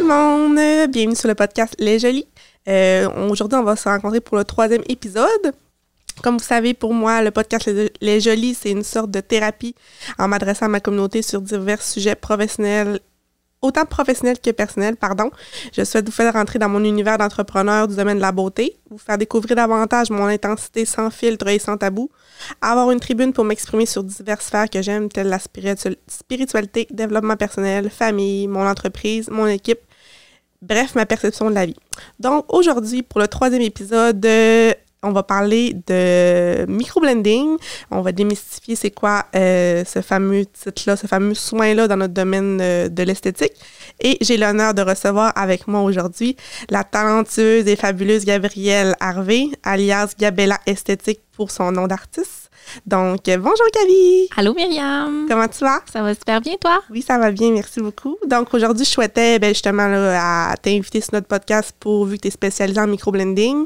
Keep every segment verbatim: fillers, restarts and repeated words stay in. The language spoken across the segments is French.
monde! Bienvenue sur le podcast Les Jolies. Euh, aujourd'hui, on va se rencontrer pour le troisième épisode. Comme vous savez, pour moi, le podcast Les Jolies, c'est une sorte de thérapie en m'adressant à ma communauté sur divers sujets professionnels, autant professionnels que personnels, pardon. Je souhaite vous faire rentrer dans mon univers d'entrepreneur du domaine de la beauté, vous faire découvrir davantage mon intensité sans filtre et sans tabou, avoir une tribune pour m'exprimer sur diverses sphères que j'aime, telles la spiritu- spiritualité, développement personnel, famille, mon entreprise, mon équipe, bref, ma perception de la vie. Donc, aujourd'hui, pour le troisième épisode, euh, on va parler de microblending. On va démystifier c'est quoi euh, ce fameux titre-là, ce fameux soin-là dans notre domaine euh, de l'esthétique. Et j'ai l'honneur de recevoir avec moi aujourd'hui la talentueuse et fabuleuse Gabrielle Harvey, alias Gabella Esthétique pour son nom d'artiste. Donc, bonjour Gabi! Allô Myriam! Comment tu vas? Ça va super bien, toi? Oui, ça va bien, merci beaucoup. Donc, aujourd'hui, je souhaitais ben, justement là, à t'inviter sur notre podcast pour, vu que tu es spécialisée en microblending,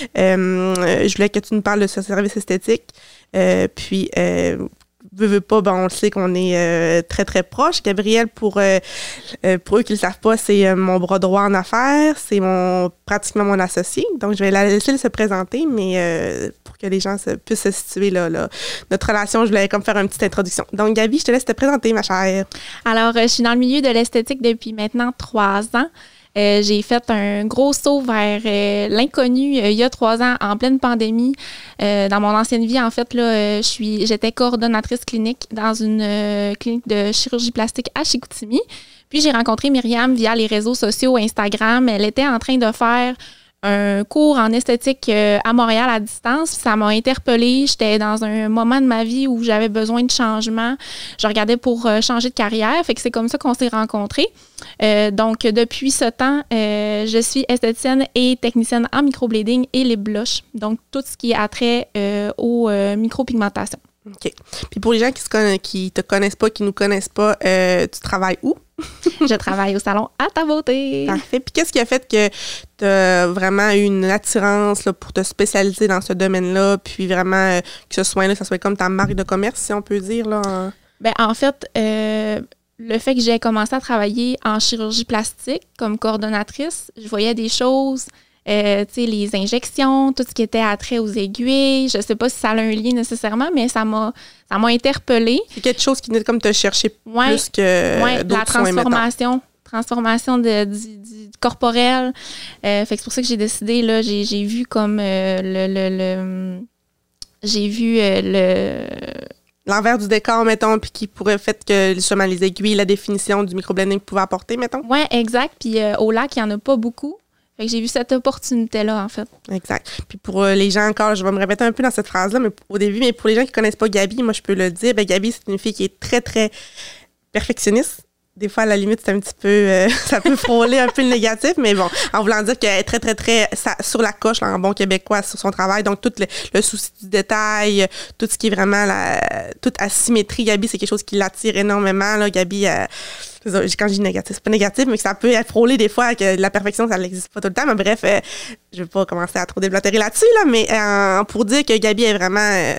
euh, je voulais que tu nous parles de ce service esthétique. Euh, puis, euh, veux, veux pas, ben, on le sait qu'on est euh, très, très proche. Gabrielle, pour, euh, euh, pour eux qui ne le savent pas, c'est euh, mon bras droit en affaires. C'est mon pratiquement mon associé. Donc, je vais la laisser se présenter, mais euh, pour que les gens se, puissent se situer là, là. Notre relation, je voulais comme faire une petite introduction. Donc, Gabi, je te laisse te présenter, ma chère. Alors, euh, je suis dans le milieu de l'esthétique depuis maintenant trois ans. Euh, j'ai fait un gros saut vers euh, l'inconnu euh, il y a trois ans, en pleine pandémie. Euh, dans mon ancienne vie, en fait, là, euh, je suis, j'étais coordonnatrice clinique dans une euh, clinique de chirurgie plastique à Chicoutimi. Puis, j'ai rencontré Myriam via les réseaux sociaux, Instagram. Elle était en train de faire un cours en esthétique euh, à Montréal à distance. Ça m'a interpellée. J'étais dans un moment de ma vie où j'avais besoin de changement. Je regardais pour euh, changer de carrière. Fait que c'est comme ça qu'on s'est rencontrés. Euh, donc, depuis ce temps, euh, je suis esthéticienne et technicienne en microblading et lip blush. Donc, tout ce qui a trait euh, aux euh, micropigmentations. OK. Puis pour les gens qui se conna- qui te connaissent pas, qui nous connaissent pas, euh, tu travailles où? Je travaille au salon À ta beauté. Parfait. Puis qu'est-ce qui a fait que tu as vraiment eu une attirance là, pour te spécialiser dans ce domaine-là, puis vraiment euh, que ce soin-là, ça soit comme ta marque de commerce, si on peut dire? Là, en... Bien, en fait, euh, le fait que j'ai commencé à travailler en chirurgie plastique comme coordonnatrice, je voyais des choses, euh, tu sais, les injections, tout ce qui était attrait aux aiguilles. Je sais pas si ça a un lien nécessairement, mais ça m'a, ça m'a interpellée. C'est quelque chose qui venait comme te chercher ouais, plus que ouais, d'autres la soins, transformation. mettons. transformation de, du, du corporel. Euh, fait que c'est pour ça que j'ai décidé, là, j'ai, j'ai vu comme euh, le, le, le... J'ai vu euh, le... L'envers du décor, mettons, puis qui pourrait faire que justement les aiguilles, la définition du microblending pouvait apporter, mettons. Oui, exact. Puis euh, au lac, il n'y en a pas beaucoup. Fait que j'ai vu cette opportunité-là, en fait. Exact. Puis pour euh, les gens encore, je vais me répéter un peu dans cette phrase-là, mais au début, mais pour les gens qui ne connaissent pas Gabi, moi, je peux le dire, ben Gabi, c'est une fille qui est très, très perfectionniste. Des fois, à la limite, c'est un petit peu... Euh, ça peut frôler un peu le négatif, mais bon, en voulant dire qu'elle est très, très, très ça, sur la coche, là, en bon québécois, sur son travail. Donc, tout le, le souci du détail, tout ce qui est vraiment la... toute asymétrie, Gabi, c'est quelque chose qui l'attire énormément. Là. Gabi, euh, quand je dis négatif, c'est pas négatif, mais que ça peut frôler des fois, que la perfection, ça n'existe pas tout le temps. Mais bref, euh, je vais pas commencer à trop déblatérer là-dessus, là, mais euh, pour dire que Gabi est vraiment... Euh,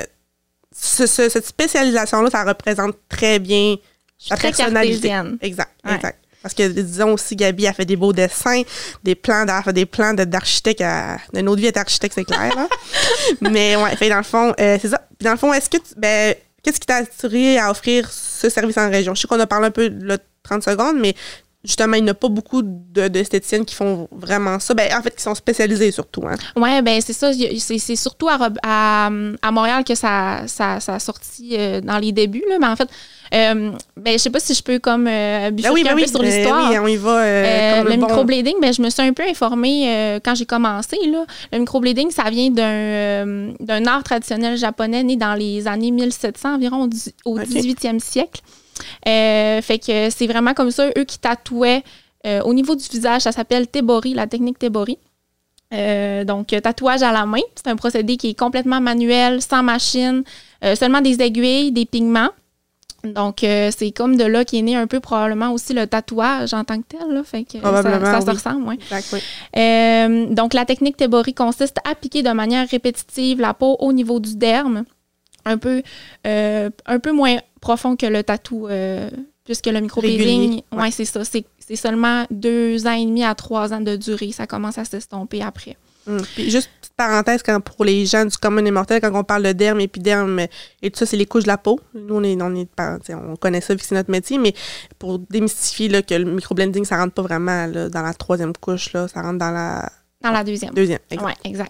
ce, ce, cette spécialisation-là, ça représente très bien... Je suis très cartésienne. Exact, ouais. exact. Parce que, disons aussi, Gabi a fait des beaux dessins, des plans, elle fait des plans de, d'architecte. À, de notre vie, être architecte, c'est clair. Là. Mais ouais, fait dans le fond, euh, c'est ça. Puis dans le fond, est-ce que, tu, ben, qu'est-ce qui t'a attiré à offrir ce service en région? Je sais qu'on a parlé un peu de trente secondes, mais justement, il n'y a pas beaucoup de, d'esthéticiennes qui font vraiment ça. Ben, en fait, qui sont spécialisées surtout. Hein. Oui, bien, c'est ça. C'est, c'est surtout à, à, à Montréal que ça, ça, ça a sorti euh, dans les débuts. Là. Mais en fait, euh, ben, je sais pas si je peux comme euh, bifurquer ben oui, ben un oui, peu sur ben l'histoire. Oui, on y va. Euh, euh, comme le le bon... microblading, ben, je me suis un peu informée euh, quand j'ai commencé. Là. Le microblading, ça vient d'un, euh, d'un art traditionnel japonais né dans les années mille sept cents environ au okay. dix-huitième siècle. Euh, fait que c'est vraiment comme ça, eux qui tatouaient euh, au niveau du visage, ça s'appelle tebori, la technique tebori. Euh, donc, tatouage à la main, c'est un procédé qui est complètement manuel, sans machine, euh, seulement des aiguilles, des pigments. Donc, euh, c'est comme de là qu'est né un peu probablement aussi le tatouage en tant que tel. Là, fait que ça, ça oui. se ressemble, oui. Exact, oui. Euh, donc, la technique tebori consiste à piquer de manière répétitive la peau au niveau du derme, un peu, euh, un peu moins profond que le tatou, euh, puisque le microblading, ouais. ouais, c'est ça, c'est, c'est seulement deux ans et demi à trois ans de durée. Ça commence à s'estomper après. Hum. Puis juste petite parenthèse, quand pour les gens du commun des mortels, quand on parle de derme, épiderme et tout ça, c'est les couches de la peau. Nous, on est, on est on connaît ça vu que c'est notre métier, mais pour démystifier là, que le microblending, ça rentre pas vraiment là, dans la troisième couche, là, ça rentre dans la... Dans la deuxième. Deuxième, exact. Oui, exact.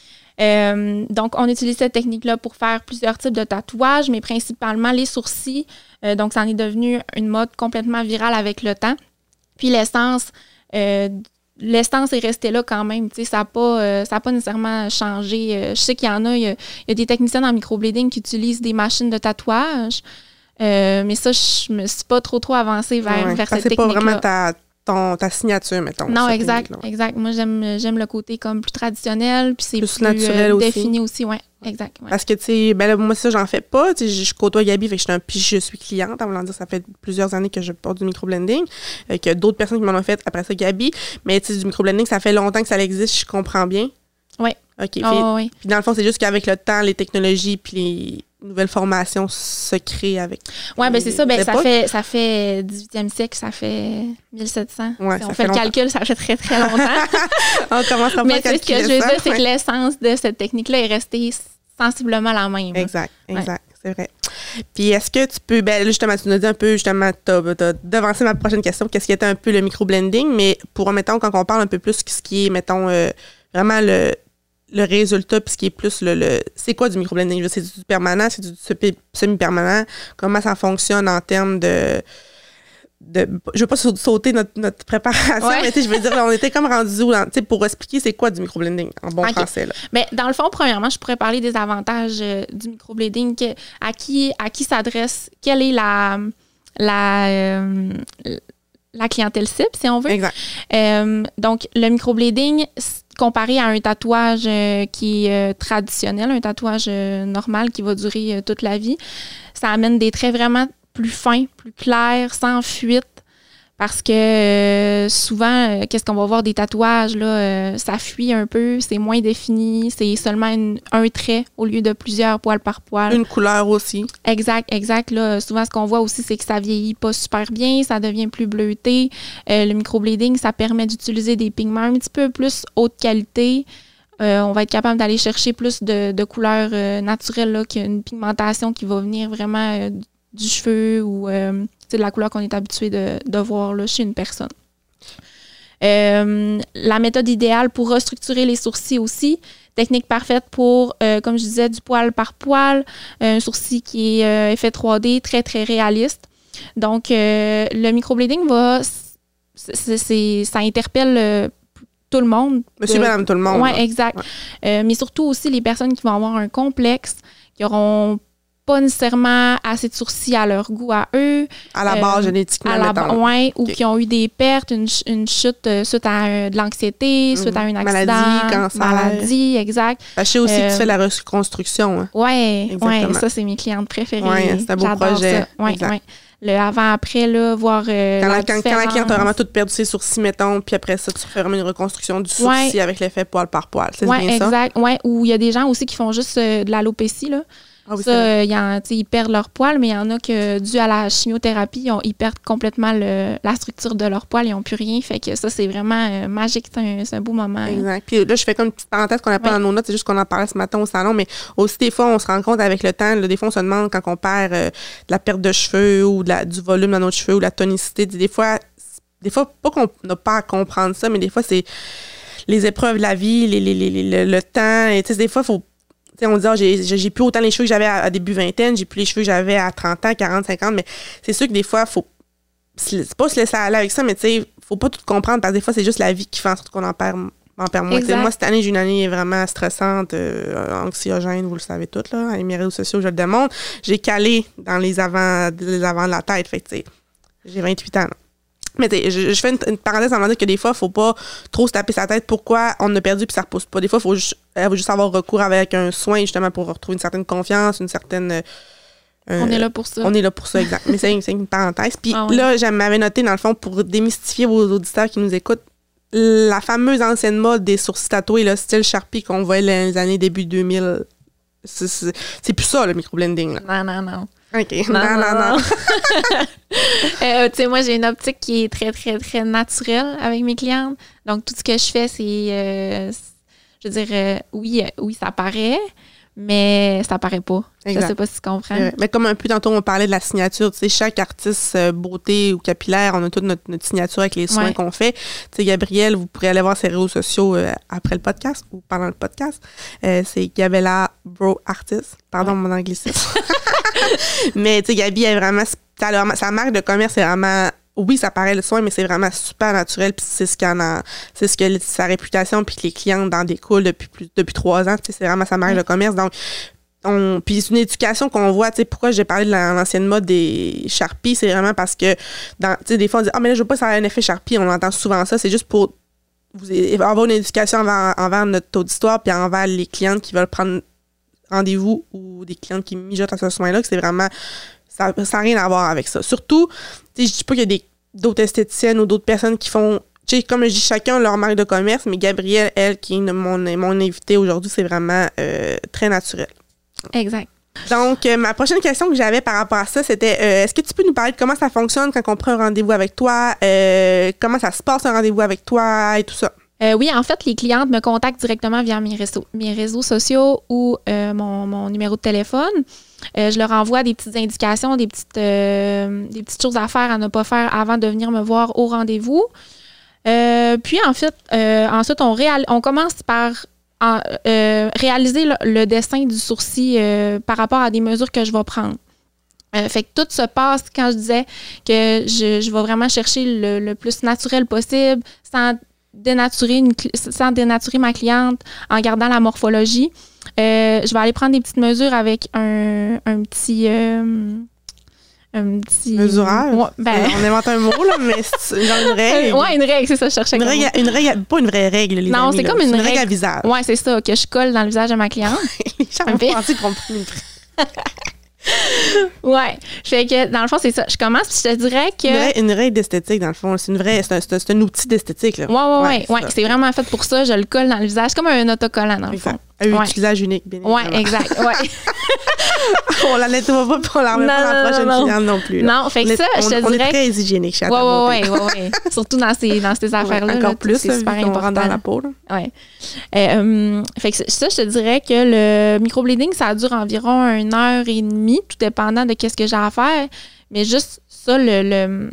Euh, donc, on utilise cette technique-là pour faire plusieurs types de tatouages, mais principalement les sourcils. Euh, donc, ça en est devenu une mode complètement virale avec le temps. Puis l'essence... Euh, L'essence est restée là quand même. Ça n'a pas, euh, ça a pas nécessairement changé. Euh, je sais qu'il y en a, il y a, il y a des techniciens en microblading qui utilisent des machines de tatouage. Euh, mais ça, je me suis pas trop trop avancée vers, ouais, vers cette technique-là. C'est pas vraiment ta, ton, ta signature, mettons. Non, exact, exact. Moi, j'aime, j'aime le côté comme plus traditionnel, puis c'est plus, plus naturel euh, aussi. défini aussi, ouais, exact. Ouais. Parce que, tu sais, ben là, moi, ça, j'en fais pas. Tu sais, je côtoie Gabi, fait que je suis, un, puis je suis cliente. En voulant dire, ça fait plusieurs années que je porte du microblending. Euh, qu'il y a d'autres personnes qui m'en ont fait après ça, Gabi. Mais, tu sais, du microblending, ça fait longtemps que ça existe, je comprends bien. Oui. OK. Oh, puis, oui. Puis, dans le fond, c'est juste qu'avec le temps, les technologies, puis les nouvelles formations se créent avec. Oui, bien, c'est ça. Ben, ça fait, ça fait dix-huitième siècle, ça fait mille sept cents. Ouais, si on ça fait, fait le calcul, ça fait très, très longtemps. On commencera pas Mais à calculer ce que je veux ça, dire, c'est ouais. que l'essence de cette technique-là est restée sensiblement la même. Exact, exact. Ouais. C'est vrai. Puis est-ce que tu peux, ben justement, tu nous as dit un peu, justement, tu as devancé ma prochaine question, qu'est-ce qui était un peu le microblending, mais pour, mettons, quand on parle un peu plus ce qui est, mettons, euh, vraiment le, le résultat, puis ce qui est plus le, le c'est quoi du microblending? C'est du permanent, c'est du semi-permanent? Comment ça fonctionne en termes de... De, je veux pas sauter notre, notre préparation, ouais. mais je veux dire, on était comme rendu où, pour expliquer c'est quoi du microblending en bon okay. français. Là. Bien, dans le fond, premièrement, je pourrais parler des avantages euh, du microblending, que, à qui, à qui s'adresse, quelle est la, la, euh, la clientèle cible, si on veut. Exact. Euh, donc, le microblending, comparé à un tatouage euh, qui est euh, traditionnel, un tatouage euh, normal qui va durer euh, toute la vie, ça amène des traits vraiment plus fin, plus clair, sans fuite. Parce que euh, souvent, euh, qu'est-ce qu'on va voir des tatouages, là, euh, ça fuit un peu, c'est moins défini, c'est seulement une, un trait au lieu de plusieurs poils par poil. Une couleur aussi. Exact, exact. Là, souvent, ce qu'on voit aussi, c'est que ça vieillit pas super bien, ça devient plus bleuté. Euh, le microblading, ça permet d'utiliser des pigments un petit peu plus haute qualité. Euh, on va être capable d'aller chercher plus de, de couleurs euh, naturelles là, qu'une pigmentation qui va venir vraiment euh, du cheveu ou euh, de la couleur qu'on est habitué de, de voir là, chez une personne. Euh, la méthode idéale pour restructurer les sourcils aussi. Technique parfaite pour, euh, comme je disais, du poil par poil. Un sourcil qui est euh, effet trois D, très, très réaliste. Donc, euh, le microblading va... C'est, c'est, ça interpelle euh, tout le monde. Monsieur, euh, madame, tout le monde. Oui, exact. Ouais. Euh, mais surtout aussi les personnes qui vont avoir un complexe, qui auront pas nécessairement assez de sourcils à leur goût à eux. À la base, euh, génétiquement, à la ba- ouais, ou okay. qui ont eu des pertes, une, une chute euh, suite à euh, de l'anxiété, mmh. suite à un accident. Maladie, cancer. Maladie, exact. Je sais aussi euh, que tu fais la reconstruction. Hein. Oui, ouais, ça, c'est mes clientes préférées. Oui, c'est un beau J'adore projet. Ça. Ouais, ouais. Le avant-après, là, voir euh, quand, la la, quand, quand la cliente a vraiment tout perdu ses sourcils, mettons, puis après ça, tu fais vraiment une reconstruction du sourcil ouais. avec l'effet poil par poil. C'est ouais, bien exact. ça? Oui, exact. Ou il y a des gens aussi qui font juste euh, de l'alopécie, là. Ah oui, ça, euh, y en, ils perdent leur poil, mais il y en a que, dû à la chimiothérapie, ils, ont, ils perdent complètement le, la structure de leur poil, ils n'ont plus rien. Fait que ça, c'est vraiment euh, magique. C'est un, c'est un beau moment. Exact. Puis là, je fais comme une petite parenthèse qu'on n'a pas ouais. dans nos notes, c'est juste qu'on en parlait ce matin au salon, mais aussi, des fois, on se rend compte avec le temps, là, des fois, on se demande quand on perd euh, de la perte de cheveux ou de la, du volume dans nos cheveux ou de la tonicité. Des fois, des fois, pas qu'on n'a pas à comprendre ça, mais des fois, c'est les épreuves de la vie, les, les, les, les, le, le temps. Et des fois, il faut. T'sais, on dit, oh, j'ai, j'ai plus autant les cheveux que j'avais à, à début vingtaine, j'ai plus les cheveux que j'avais à trente ans, quarante, cinquante, mais c'est sûr que des fois, faut c'est pas se laisser aller avec ça, mais tu sais, faut pas tout comprendre, parce que des fois, c'est juste la vie qui fait en sorte qu'on en perd, en perd moins. Moi, cette année, j'ai une année vraiment stressante, euh, anxiogène, vous le savez toutes, là, avec mes réseaux sociaux, je le démontre. J'ai calé dans les avants, les avants de la tête, fait que tu sais, j'ai vingt-huit ans, là. Mais je, je fais une, une parenthèse en dire que des fois, il ne faut pas trop se taper sa tête pourquoi on a perdu puis ça ne repousse pas. Des fois, il faut juste, juste avoir recours avec un soin justement pour retrouver une certaine confiance, une certaine... Euh, on est là pour ça. On est là pour ça, exact. Mais c'est, c'est une parenthèse. Puis ah oui. là, je m'avais noté, dans le fond, pour démystifier vos auditeurs qui nous écoutent, la fameuse ancienne mode des sourcils tatoués, là, style Sharpie qu'on voyait dans les années début deux mille, c'est, c'est, c'est plus ça, le microblending. Là. Non, non, non. OK. Non, non, non. non. euh, tu sais, moi, j'ai une optique qui est très, très, très naturelle avec mes clientes. Donc, tout ce que je fais, c'est, euh, je veux dire, euh, oui, oui, ça paraît, mais ça paraît pas. Exact. Je sais pas si tu comprends. Euh, mais comme un peu tantôt, on parlait de la signature. Tu sais, chaque artiste euh, beauté ou capillaire, on a toute notre, notre signature avec les soins ouais. qu'on fait. Tu sais, Gabrielle, vous pourrez aller voir ses réseaux sociaux euh, après le podcast ou pendant le podcast. Euh, c'est Gabella Bro Artist. Pardon, ouais. mon anglicisme. Mais tu sais, Gabi, elle est vraiment, vraiment... Sa marque de commerce est vraiment... Oui, ça paraît le soin, mais c'est vraiment super naturel. Puis c'est ce qu'en a, c'est ce que sa réputation puis que les clientes en découlent depuis plus, depuis trois ans. Tu sais, c'est vraiment sa marque oui. de commerce. Donc, on, puis c'est une éducation qu'on voit. Tu sais, pourquoi j'ai parlé de l'ancienne mode des Sharpies, c'est vraiment parce que, dans, tu sais, des fois on dit ah mais là je veux pas que ça ait un effet Sharpie. On entend souvent ça. C'est juste pour vous avoir une éducation envers, envers notre auditoire puis envers les clientes qui veulent prendre rendez-vous ou des clientes qui mijotent à ce soin-là. Que c'est vraiment ça n'a rien à voir avec ça. Surtout, tu sais, je dis pas qu'il y a des, d'autres esthéticiennes ou d'autres personnes qui font, tu sais, comme je dis, chacun leur marque de commerce, mais Gabrielle, elle, qui est mon, mon invitée aujourd'hui, c'est vraiment euh, très naturel. Exact. Donc, euh, ma prochaine question que j'avais par rapport à ça, c'était, euh, est-ce que tu peux nous parler de comment ça fonctionne quand on prend un rendez-vous avec toi, euh, comment ça se passe un rendez-vous avec toi et tout ça? Euh, oui, en fait, les clientes me contactent directement via mes réseaux, mes réseaux sociaux ou euh, mon, mon numéro de téléphone. Euh, je leur envoie des petites indications, des petites, euh, des petites choses à faire, à ne pas faire avant de venir me voir au rendez-vous. Euh, puis, en fait, euh, ensuite, on, réal- on commence par en, euh, réaliser le, le dessin du sourcil euh, par rapport à des mesures que je vais prendre. Euh, fait que tout se passe quand je disais que je, je vais vraiment chercher le, le plus naturel possible, sans dénaturer, une, sans dénaturer ma cliente en gardant la morphologie. Euh, je vais aller prendre des petites mesures avec un, un petit... Euh, un petit... Mesurage? Ouais, ben... On invente un mot, là, mais c'est genre une règle. Oui, une règle, c'est ça, je cherchais. Une règle, une règle, pas une vraie règle, les non, amis, c'est là. comme une, c'est une règle, règle à visage. Oui, c'est ça, que je colle dans le visage de ma cliente. Les gens vont penser qu'on prend une ouais. Fait que, dans le fond, c'est ça. Je commence, puis je te dirais que... Une règle, une règle d'esthétique, dans le fond. C'est une vraie... C'est un, c'est un, c'est un outil d'esthétique, là. Oui, oui, oui. Ouais, ouais, c'est vraiment fait pour ça. Je le colle dans le visage, comme un autocollant, dans le exact. fond. Un ouais. utilisage unique, bien évidemment. Oui, exact. Ouais. On la nettoie pas, puis on la remet pas dans la prochaine non. cliente non plus. Là. Non, fait que on ça, est, je te on, dirais... On est très hygiénique chez Oui, oui, oui, oui. Surtout dans ces, dans ces affaires-là. Ouais, encore là, plus, c'est là, super vu qu'on important. rentre dans la peau. Oui. Euh, fait que ça, je te dirais que le microblading, ça dure environ une heure et demie, tout dépendant de qu'est-ce que j'ai à faire. Mais juste ça, le... le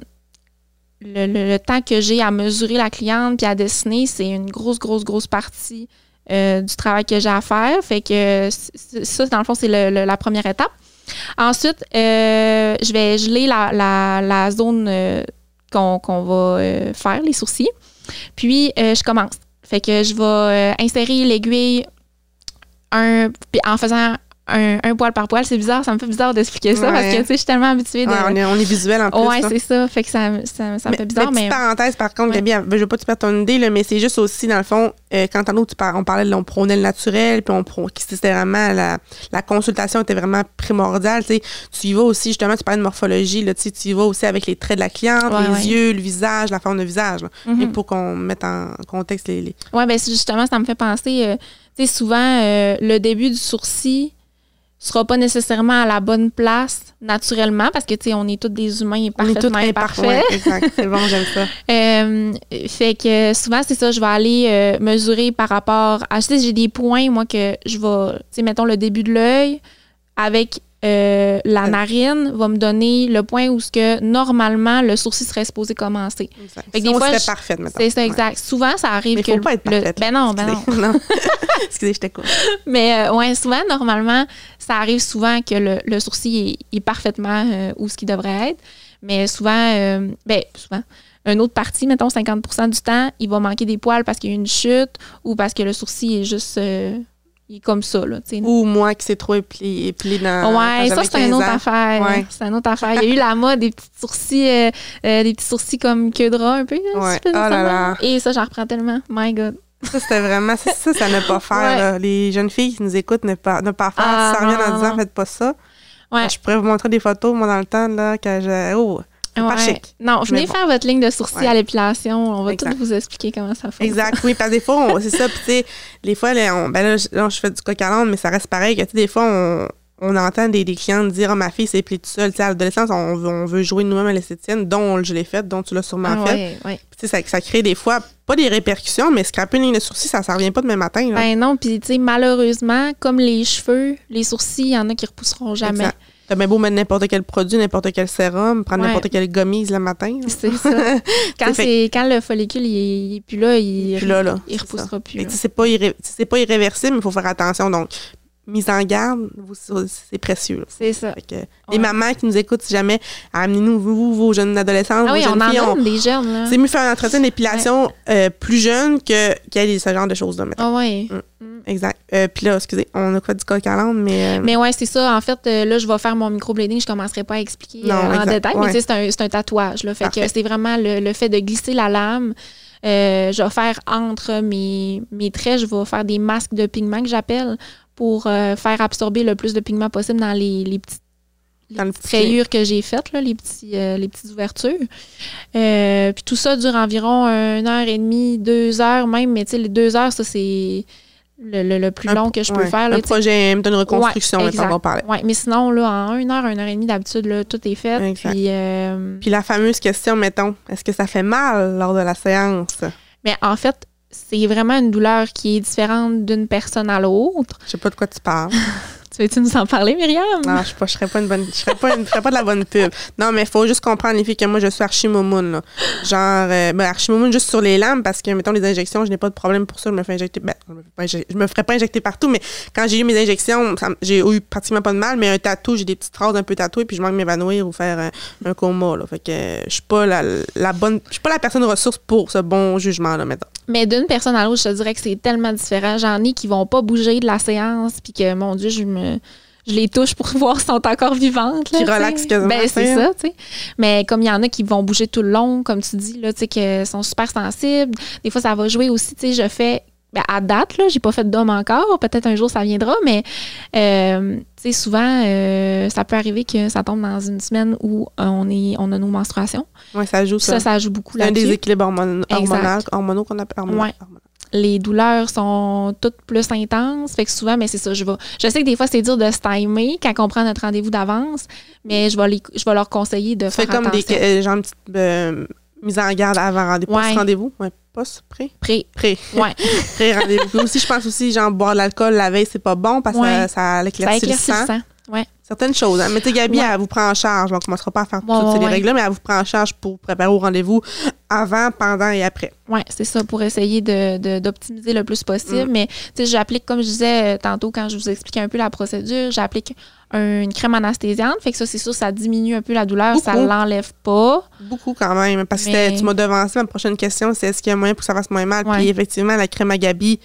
Le, le, le temps que j'ai à mesurer la cliente puis à dessiner, c'est une grosse, grosse, grosse partie euh, du travail que j'ai à faire. Fait que ça, dans le fond, c'est le, le, la première étape. Ensuite, euh, je vais geler la, la, la zone euh, qu'on, qu'on va euh, faire, les sourcils. Puis, euh, je commence. Fait que je vais euh, insérer l'aiguille un, en faisant Un, un poil par poil. C'est bizarre, ça me fait bizarre d'expliquer ça ouais. parce que tu sais, je suis tellement habituée de... Ouais, on, est, on est visuel en plus. Ouais, là. C'est ça. Fait que ça, ça, ça me mais, fait bizarre. Mais, mais... petite parenthèse, par contre, ouais. Gabi, je veux pas que tu perdes ton idée, là, mais c'est juste aussi, dans le fond, euh, quand tantôt tu par, on parlait de on prônait le naturel, puis on c'était vraiment la, la consultation était vraiment primordiale. Tu sais, tu y vas aussi, justement, tu parlais de morphologie, là, tu y vas aussi avec les traits de la cliente, ouais, les ouais. yeux, le visage, la forme de visage. Mm-hmm. Et pour qu'on mette en contexte les. les... Oui, bien, justement, ça me fait penser, euh, tu sais, souvent, euh, le début du sourcil sera pas nécessairement à la bonne place naturellement parce que tu sais on est tous des humains parfaitement imparfaits. Ouais, exact, c'est bon, j'aime ça. euh, fait que souvent c'est ça, je vais aller euh, mesurer par rapport à, tu sais, j'ai des points moi que je vais, tu sais, mettons le début de l'œil avec euh, la narine va me donner le point où ce que normalement le sourcil serait supposé commencer. Exact. Fait que si des on fois serait je, parfaite maintenant. C'est ça, exact. Ouais. Souvent ça arrive mais que faut pas être parfaite. Le, ben non, ben non. non. Excusez, je t'écoute. Mais euh, ouais, souvent normalement ça arrive souvent que le, le sourcil est, est parfaitement euh, où ce qu'il devrait être. Mais souvent, euh, ben souvent. Une autre partie, mettons cinquante pour cent du temps, il va manquer des poils parce qu'il y a une chute ou parce que le sourcil est juste euh, il est comme ça, là, tu sais. Ou moi qui s'est trop épilé, épilé dans... Ouais, ça, c'est une autre ans. affaire. Ouais. C'est une autre affaire. Il y a eu la mode des petits sourcils, euh, euh, des petits sourcils comme queue de rat, un peu. Là, ouais. Si oh là là. Et ça, j'en reprends tellement. My God. Ça, c'était vraiment... Ça, ça, ça ne pas faire. Ouais. Là. Les jeunes filles qui nous écoutent, ne pas, ne pas faire. Ah, ça revient en disant, faites pas ça. Ouais. Je pourrais vous montrer des photos, moi, dans le temps, là, que j'ai... Oh, ouais. pas chic. Non, venez bon. faire votre ligne de sourcils ouais. à l'épilation. On va exact. tout vous expliquer comment ça fonctionne. Exact, oui. Parce que des fois, on, c'est ça. Puis, tu sais, des fois, là, on, ben là, je, là, je fais du coq à l'âne, mais ça reste pareil. Que, des fois, on, on entend des, des clientes dire oh, « ma fille s'est pliée toute seule ». À l'adolescence, on veut, on veut jouer nous-mêmes à l'esthéticienne, dont je l'ai faite, dont tu l'as sûrement ah, fait. Ouais, ouais. Ça, ça crée des fois, pas des répercussions, mais scraper une ligne de sourcils, ça ne revient pas demain matin. Là. Ben non, puis tu sais, malheureusement, comme les cheveux, les sourcils, il y en a qui repousseront jamais. Exact. T'as bien beau mettre n'importe quel produit, n'importe quel sérum, prendre ouais. n'importe quelle gommise le matin. Là. C'est ça. Quand, c'est, quand le follicule il est plus là, il, plus là, là, il repoussera ça. plus. C'est pas, irré- c'est pas irréversible, mais il faut faire attention. Donc, mise en garde, vous, c'est précieux. Là. C'est ça. Que, ouais. Les mamans qui nous écoutent, si jamais, amenez-nous, vous, vos jeunes adolescents, ah vos oui, jeunes on filles. En on, des jeunes, là. C'est mieux faire un entretien d'épilation ouais. euh, plus jeune que, qu'il y ait ce genre de choses-là. Ah oh, oui. Mm. Mm. Exact. Euh, Puis là, excusez, on a quoi du coq à l'âne, mais... Euh... Mais ouais, c'est ça. En fait, euh, là, je vais faire mon microblading. Je ne commencerai pas à expliquer non, euh, en détail, ouais. mais c'est un, c'est un tatouage. Là, fait Parfait. Que c'est vraiment le, le fait de glisser la lame. Euh, je vais faire entre mes, mes traits, je vais faire des masques de pigments que j'appelle pour euh, faire absorber le plus de pigments possible dans les, les petites, les dans petites rayures que j'ai faites, là, les, petits, euh, les petites ouvertures. Euh, puis tout ça dure environ une heure et demie, deux heures même, mais tu sais, les deux heures, ça, c'est le, le, le plus un, long que je peux ouais, faire. Là, un projet d'une reconstruction, ouais, maintenant, on va parler. Ouais, mais sinon, là, en une heure, une heure et demie, d'habitude, là, tout est fait. Puis, euh... puis la fameuse question, mettons, est-ce que ça fait mal lors de la séance? Mais en fait, c'est vraiment une douleur qui est différente d'une personne à l'autre. Je sais pas de quoi tu parles. Tu veux-tu nous en parler, Myriam? Non, je ne serais pas une bonne. Je serais pas, une, je serais pas de la bonne pub. Non, mais il faut juste comprendre, les filles, que moi, je suis archi-moumoune, là. Genre, euh, ben, archi-moumoune juste sur les lames, parce que, mettons, les injections, je n'ai pas de problème pour ça. Je me fais injecter. Ben, je me ferais pas injecter partout, mais quand j'ai eu mes injections, ça, j'ai eu pratiquement pas de mal, mais un tatou, j'ai des petites traces un peu tatouées, puis je manque de m'évanouir ou faire un, un coma, là. Fait que euh, je suis pas la, la bonne. Je suis pas la personne ressource pour ce bon jugement, là, mettons. Mais d'une personne à l'autre, je te dirais que c'est tellement différent. J'en ai qui vont pas bouger de la séance, puis que, mon Dieu, je me. Je les touche pour voir si elles sont encore vivantes. Là, qui relaxent quasiment. Ben, c'est ça, tu sais. Mais comme il y en a qui vont bouger tout le long, comme tu dis, là, tu sais, qui sont super sensibles. Des fois, ça va jouer aussi, tu sais, je fais... Ben, à date, là, j'ai pas fait d'homme encore. Peut-être un jour, ça viendra, mais, euh, tu sais, souvent, euh, ça peut arriver que ça tombe dans une semaine où on, est, on a nos menstruations. Oui, ça joue ça. Ça, ça joue beaucoup là-dessus. C'est un déséquilibre hormon- hormonal, hormonaux qu'on appelle hormonaux. Ouais. Les douleurs sont toutes plus intenses. Fait que souvent, mais c'est ça, je vais. Je sais que des fois, c'est dur de se timer quand on prend notre rendez-vous d'avance, mais je vais, les, je vais leur conseiller de faire comme attention. Des euh, genre une petite euh, mise en garde avant rendez-vous. Ouais. Post-rendez-vous? Oui, post, pré? Pré. Pré. Ouais. Pré-rendez-vous. Puis aussi, je pense aussi, genre, boire de l'alcool la veille, c'est pas bon parce que ouais. ça, ça éclaircit, ça éclaircit le sang. le sang. Ouais. Certaines choses. Hein. Mais tu sais, Gabi, ouais. elle vous prend en charge. On ne commencera pas à faire ouais, toutes ouais, ces ouais. règles-là, mais elle vous prend en charge pour préparer au rendez-vous avant, pendant et après. Oui, c'est ça, pour essayer de, de, d'optimiser le plus possible. Mm. Mais tu sais, j'applique, comme je disais tantôt quand je vous expliquais un peu la procédure, j'applique un, une crème anesthésiante. Fait que ça, c'est sûr, ça diminue un peu la douleur, Beaucoup. Ça l'enlève pas. Beaucoup quand même. Parce mais... que tu m'as devancé. Ma prochaine question, c'est est-ce qu'il y a moyen pour que ça fasse moins mal? Ouais. Puis effectivement, la crème à Gabi,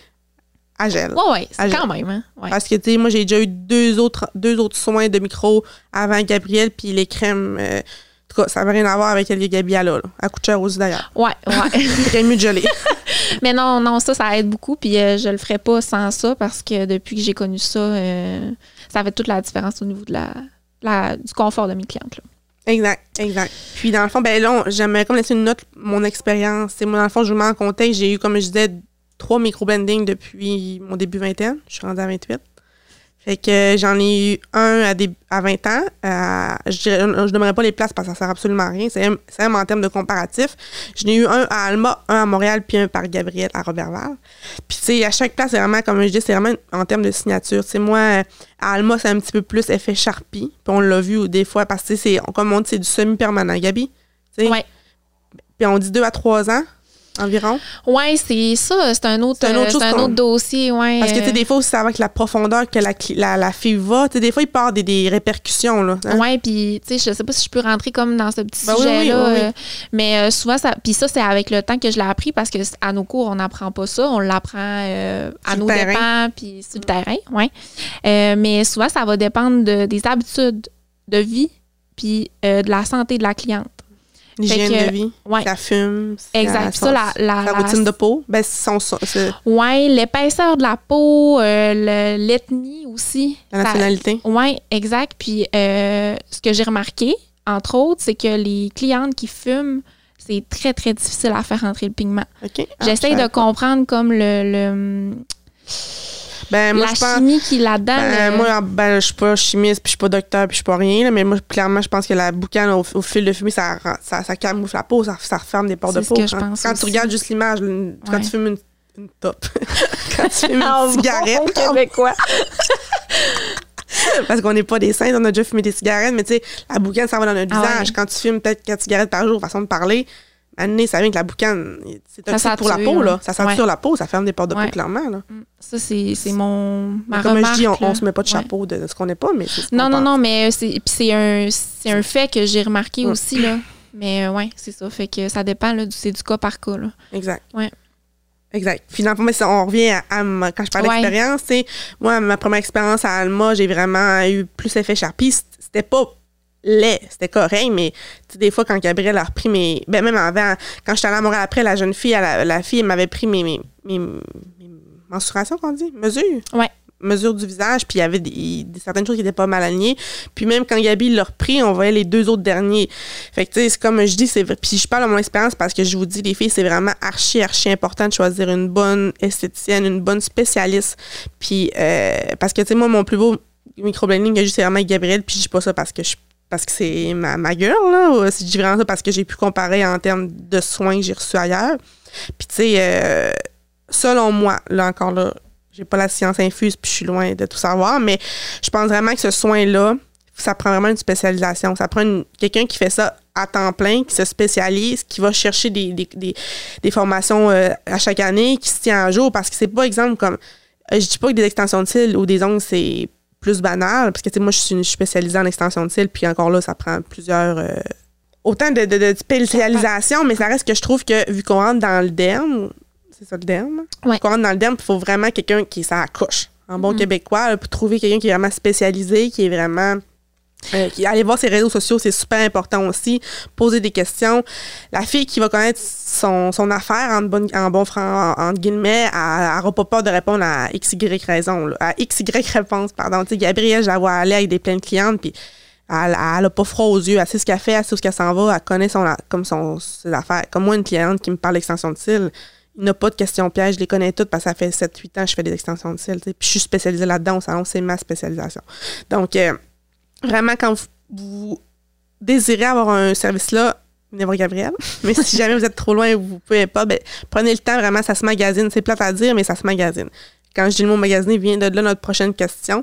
à gel. Oui, oui, c'est quand même. Hein? Ouais. Parce que, tu sais, moi, j'ai déjà eu deux autres, deux autres soins de micro avant Gabrielle, puis les crèmes, euh, en tout cas, ça n'avait rien à voir avec elle, Gabi, là, là. Elle coûte cher aussi, d'ailleurs. Oui, oui. C'est mieux de geler. Mais non, non, ça, ça aide beaucoup, puis euh, je le ferais pas sans ça, parce que depuis que j'ai connu ça, euh, ça fait toute la différence au niveau de la, la du confort de mes clientes, là. Exact, exact. Puis, dans le fond, ben là, j'aimerais comme laisser une note, mon expérience. C'est moi, dans le fond, je vous mets en contexte, j'ai eu, comme je disais, trois micro-blending depuis mon début vingtaine. Je suis rendue à vingt-huit. Fait que j'en ai eu un à, des, à vingt ans. Euh, je ne donnerai pas les places parce que ça sert absolument à rien. C'est même, c'est même en termes de comparatif. J'en ai eu un à Alma, un à Montréal, puis un par Gabrielle à Robertval. Puis, tu sais, à chaque place, c'est vraiment, comme je dis, c'est vraiment en termes de signature. Tu sais, moi, à Alma, c'est un petit peu plus effet Sharpie. Puis, on l'a vu des fois parce que, c'est, comme on dit, c'est du semi-permanent. Gabi? Oui. Puis, on dit deux à trois ans. Environ? Oui, c'est ça. C'est un autre, c'est un autre, euh, c'est un autre dossier. Ouais. Parce que, tu sais, des fois aussi, c'est avec la profondeur que la, la, la fille va. Tu sais, des fois, il part des, des répercussions, là. Hein? Oui, puis, tu sais, je sais pas si je peux rentrer comme dans ce petit ben sujet-là. oui, oui, oui, oui. Euh, mais euh, souvent, ça. Puis ça, c'est avec le temps que je l'ai appris parce que à nos cours, on n'apprend pas ça. On l'apprend euh, à nos dépens, puis sur le terrain. Oui. Euh, mais souvent, ça va dépendre de, des habitudes de vie, puis euh, de la santé de la cliente. L'hygiène que, de vie, ouais. ça fume, exact. Ça, ça, la, la, la routine la, de peau, ben, son, son, oui, l'épaisseur de la peau, euh, le, l'ethnie aussi. La nationalité. Oui, exact. Puis euh, ce que j'ai remarqué, entre autres, c'est que les clientes qui fument, c'est très, très difficile à faire entrer le pigment. Okay. Ah, J'essaie de comprendre comme le... le Ben, moi, la je pense, chimie qui est là-dedans. ben, le... moi, ben, je suis pas chimiste, puis je suis pas docteur, puis je suis pas rien, là, mais moi, clairement, je pense que la boucane au, au fil de fumée, ça, ça, ça camoufle la peau, ça, ça referme des pores de C'est peau. ce que je Quand, pense quand aussi. tu regardes juste l'image, le- quand Ouais. tu fumes une, une top, quand tu fumes En une cigarette, bon québécois. parce qu'on n'est pas des saints, on a déjà fumé des cigarettes, mais tu sais, la boucane, ça va dans notre Ah visage. ouais. Quand tu fumes peut-être quatre cigarettes par jour, façon de parler, à un moment donné, ça vient que la boucane, c'est Ça toxique pour la sature, peau, là. hein. Ça sature Ouais. la peau, ça ferme des pores de peau, Ouais. clairement, là. Ça, c'est, c'est mon. Ma Comme remarque, je dis, on, on là. se met pas de Ouais. chapeau de, de ce qu'on n'est pas, mais c'est ce qu'on Non, non, pense. non, mais c'est, puis c'est, un, c'est un fait que j'ai remarqué Ouais. aussi, là. Mais euh, ouais, c'est ça. Fait que ça dépend, là, du- c'est du cas par cas, là. Exact. Ouais. Exact. Finalement, mais ça, on revient à, à ma- quand je parle Ouais. d'expérience, c'est moi, ma première expérience à Alma, j'ai vraiment eu plus effet Sharpie. C'était pas laid, c'était correct, mais tu sais, des fois, quand Gabrielle a repris mes. Ben, même avant, quand j'étais allée à Montréal après, la jeune fille, elle a- la fille, elle m'avait pris mes, mes, mes, mes mensurations, qu'on dit, mesures. Ouais. Mesures du visage, puis il y avait des, des- certaines choses qui étaient pas mal alignées. Puis même quand Gabi l'a repris, on voyait les deux autres derniers. Fait que, tu sais, c'est comme je dis, c'est vrai. Puis je parle de mon expérience parce que je vous dis, les filles, c'est vraiment archi, archi important de choisir une bonne esthéticienne, une bonne spécialiste. Puis, euh, parce que, tu sais, moi, mon plus beau microblading que j'ai, c'est vraiment avec Gabrielle, puis je dis pas ça parce que je parce que c'est ma, ma gueule, là. Ou si je dis vraiment ça parce que j'ai pu comparer en termes de soins que j'ai reçus ailleurs. Puis, tu sais, euh, selon moi, là encore là, j'ai pas la science infuse, puis je suis loin de tout savoir, mais je pense vraiment que ce soin-là, ça prend vraiment une spécialisation. Ça prend une, quelqu'un qui fait ça à temps plein, qui se spécialise, qui va chercher des, des, des, des formations euh, à chaque année, qui se tient à jour, parce que c'est pas exemple comme... Euh, je dis pas que des extensions de cils ou des ongles, c'est plus banal, parce que, tu sais, moi, je suis, je suis spécialisée en extension de cils, puis encore là, ça prend plusieurs... Euh, autant de, de, de spécialisation, mais ça reste que je trouve que, vu qu'on rentre dans le derme, c'est ça le derme? Ouais. Quand on rentre dans le derme, il faut vraiment quelqu'un qui est à la couche. En bon Mm. québécois, là, pour trouver quelqu'un qui est vraiment spécialisé, qui est vraiment... Euh, qui, aller voir ses réseaux sociaux, c'est super important aussi. Poser des questions. La fille qui va connaître son, son affaire, en bon, en bon franc, entre guillemets, elle n'aura pas peur de répondre à X Y raison, là, à X Y réponse, pardon. Tu sais, Gabrielle, je la vois aller avec des pleines clientes, puis elle n'a pas froid aux yeux. Elle sait ce qu'elle fait, elle sait où qu'elle s'en va, elle connaît son, comme son, ses affaires. Comme moi, une cliente qui me parle d'extension de cils, il n'y a pas de questions pièges, je les connais toutes parce que ça fait sept huit ans que je fais des extensions de cils. Tu sais, puis je suis spécialisée là-dedans au salon, c'est ma spécialisation. Donc, euh, vraiment, quand vous, vous désirez avoir un service-là, venez voir Gabrielle. Mais si jamais vous êtes trop loin ou vous pouvez pas, ben, prenez le temps, vraiment, ça se magasine. C'est plate à dire, mais ça se magasine. Quand je dis le mot magasiner, vient de là notre prochaine question.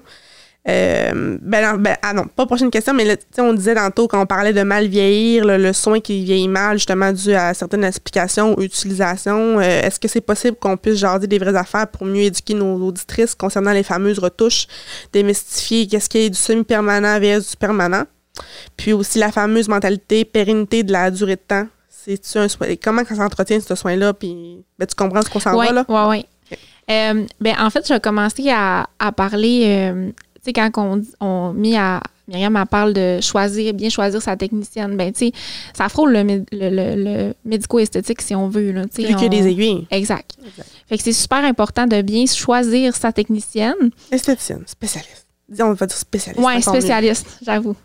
Euh, ben, non, ben, ah non, pas prochaine question, mais là, on disait tantôt quand on parlait de mal vieillir, le, le soin qui vieillit mal, justement, dû à certaines explications ou utilisations. Euh, est-ce que c'est possible qu'on puisse jaser des vraies affaires pour mieux éduquer nos auditrices concernant les fameuses retouches, démystifier qu'est-ce qui est du semi-permanent versus du permanent? Puis aussi la fameuse mentalité pérennité de la durée de temps. C'est-tu un soin? Comment ça s'entretient, ce soin-là? Puis ben, tu comprends ce qu'on s'en ouais, va, là? Oui, oui. Okay. Euh, ben, en fait, j'ai commencé à, à parler, euh, tu sais, quand on, on mis à. Myriam, elle parle de choisir, bien choisir sa technicienne. Ben, tu sais, ça frôle le, le, le, le médico-esthétique, si on veut, là. Tu sais, Vu qu'il y a des aiguilles. Exact. exact. Fait que c'est super important de bien choisir sa technicienne. Esthéticienne, spécialiste. Disons, on va dire spécialiste. Oui, spécialiste, mieux. J'avoue.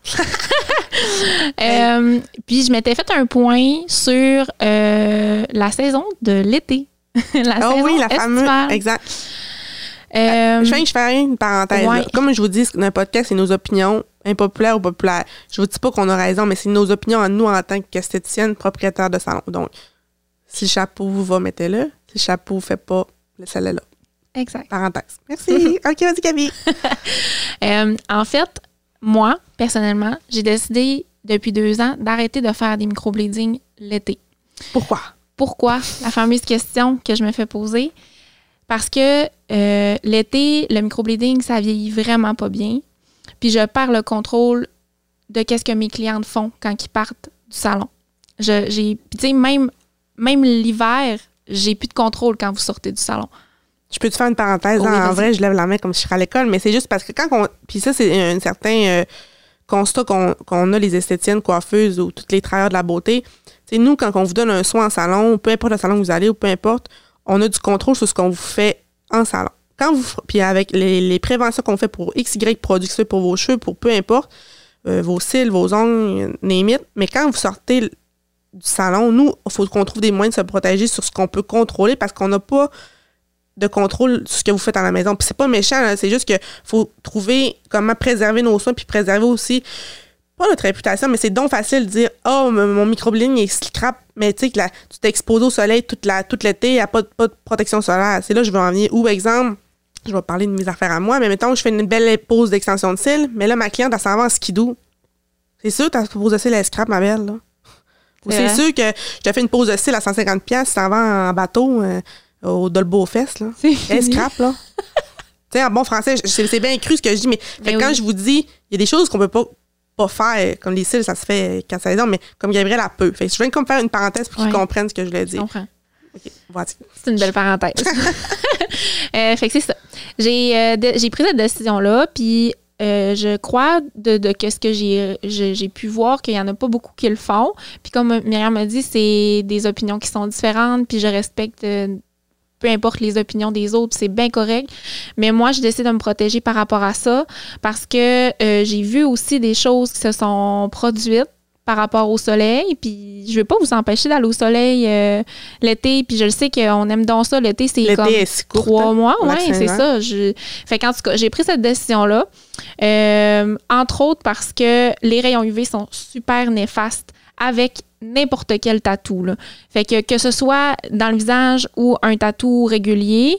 euh, puis, je m'étais fait un point sur euh, la saison de l'été. la oh saison oui, la fameuse. Exact. Euh, je fais, je fais une parenthèse. Ouais. Comme je vous dis, un podcast, c'est nos opinions, impopulaires ou populaires. Je vous dis pas qu'on a raison, mais c'est nos opinions à nous en tant qu'esthéticienne, propriétaire de salon. Donc, si le chapeau vous va, mettez-le. Si le chapeau vous fait pas, laissez-le là. Exact. Parenthèse. Merci. OK, vas-y, Gabi. euh, en fait, moi, personnellement, j'ai décidé depuis deux ans d'arrêter de faire des microbladings l'été. Pourquoi? Pourquoi? La fameuse question que je me fais poser. Parce que euh, l'été, le microblading, ça vieillit vraiment pas bien. Puis je perds le contrôle de qu'est-ce que mes clientes font quand ils partent du salon. Je, j'ai, puis tu sais, même, même l'hiver, j'ai plus de contrôle quand vous sortez du salon. Je peux te faire une parenthèse? Oui, hein, en vas-y. vrai, je lève la main comme si je serais à l'école, mais c'est juste parce que quand on... Puis ça, c'est un certain euh, constat qu'on, qu'on a, les esthéticiennes, coiffeuses ou tous les travailleurs de la beauté. C'est nous, quand on vous donne un soin en salon, peu importe le salon que vous allez ou peu importe, on a du contrôle sur ce qu'on vous fait en salon. Quand vous, puis avec les, les préventions qu'on fait pour X Y produits, que ce soit pour vos cheveux, pour peu importe, euh, vos cils, vos ongles, name it, mais quand vous sortez du salon, nous, il faut qu'on trouve des moyens de se protéger sur ce qu'on peut contrôler parce qu'on n'a pas de contrôle sur ce que vous faites à la maison. Puis c'est pas méchant, là, c'est juste que faut trouver comment préserver nos soins puis préserver aussi pas notre réputation, mais c'est donc facile de dire « Oh, mon microblading est scrap », mais tu sais que la, tu t'es exposé au soleil toute, la, toute l'été, il n'y a pas de, pas de protection solaire. C'est là que je veux en venir. Ou, exemple, je vais parler de mes affaires à moi, mais mettons que je fais une belle pose d'extension de cils, mais là, ma cliente, elle s'en va en skidoo. C'est sûr, ta pose de cils est scrap, ma belle, là. Ou c'est, c'est sûr que je te fais une pause de cils à cent cinquante dollars si t'en vas en bateau euh, au Dolbeau Fest, là. C'est elle est scrap, là. Tu sais, en bon français, c'est, c'est bien cru ce que je dis, mais, mais quand oui. je vous dis, il y a des choses qu'on peut pas pas faire, comme les cils, ça se fait quatre saisons, mais comme Gabriel, elle peut. Fait que je viens comme faire une parenthèse pour ouais. qu'ils comprennent ce que je voulais dire. Je comprends. OK, voici. C'est une belle parenthèse. euh, fait que c'est ça. J'ai, euh, de, j'ai pris cette décision-là, puis euh, je crois de, de que ce que j'ai, j'ai, j'ai pu voir qu'il y en a pas beaucoup qui le font. Puis comme Myriam m'a dit, c'est des opinions qui sont différentes, puis je respecte... Euh, peu importe les opinions des autres, c'est bien correct. Mais moi, je décide de me protéger par rapport à ça parce que euh, j'ai vu aussi des choses qui se sont produites par rapport au soleil. Puis je ne veux pas vous empêcher d'aller au soleil euh, l'été. Puis je le sais qu'on aime donc ça. L'été, c'est l'été comme est court, trois mois. Oui, c'est ça. Je... Fait qu'en tout cas, j'ai pris cette décision-là. Euh, entre autres parce que les rayons U V sont super néfastes avec n'importe quel tatou, là. Fait que que ce soit dans le visage ou un tatou régulier,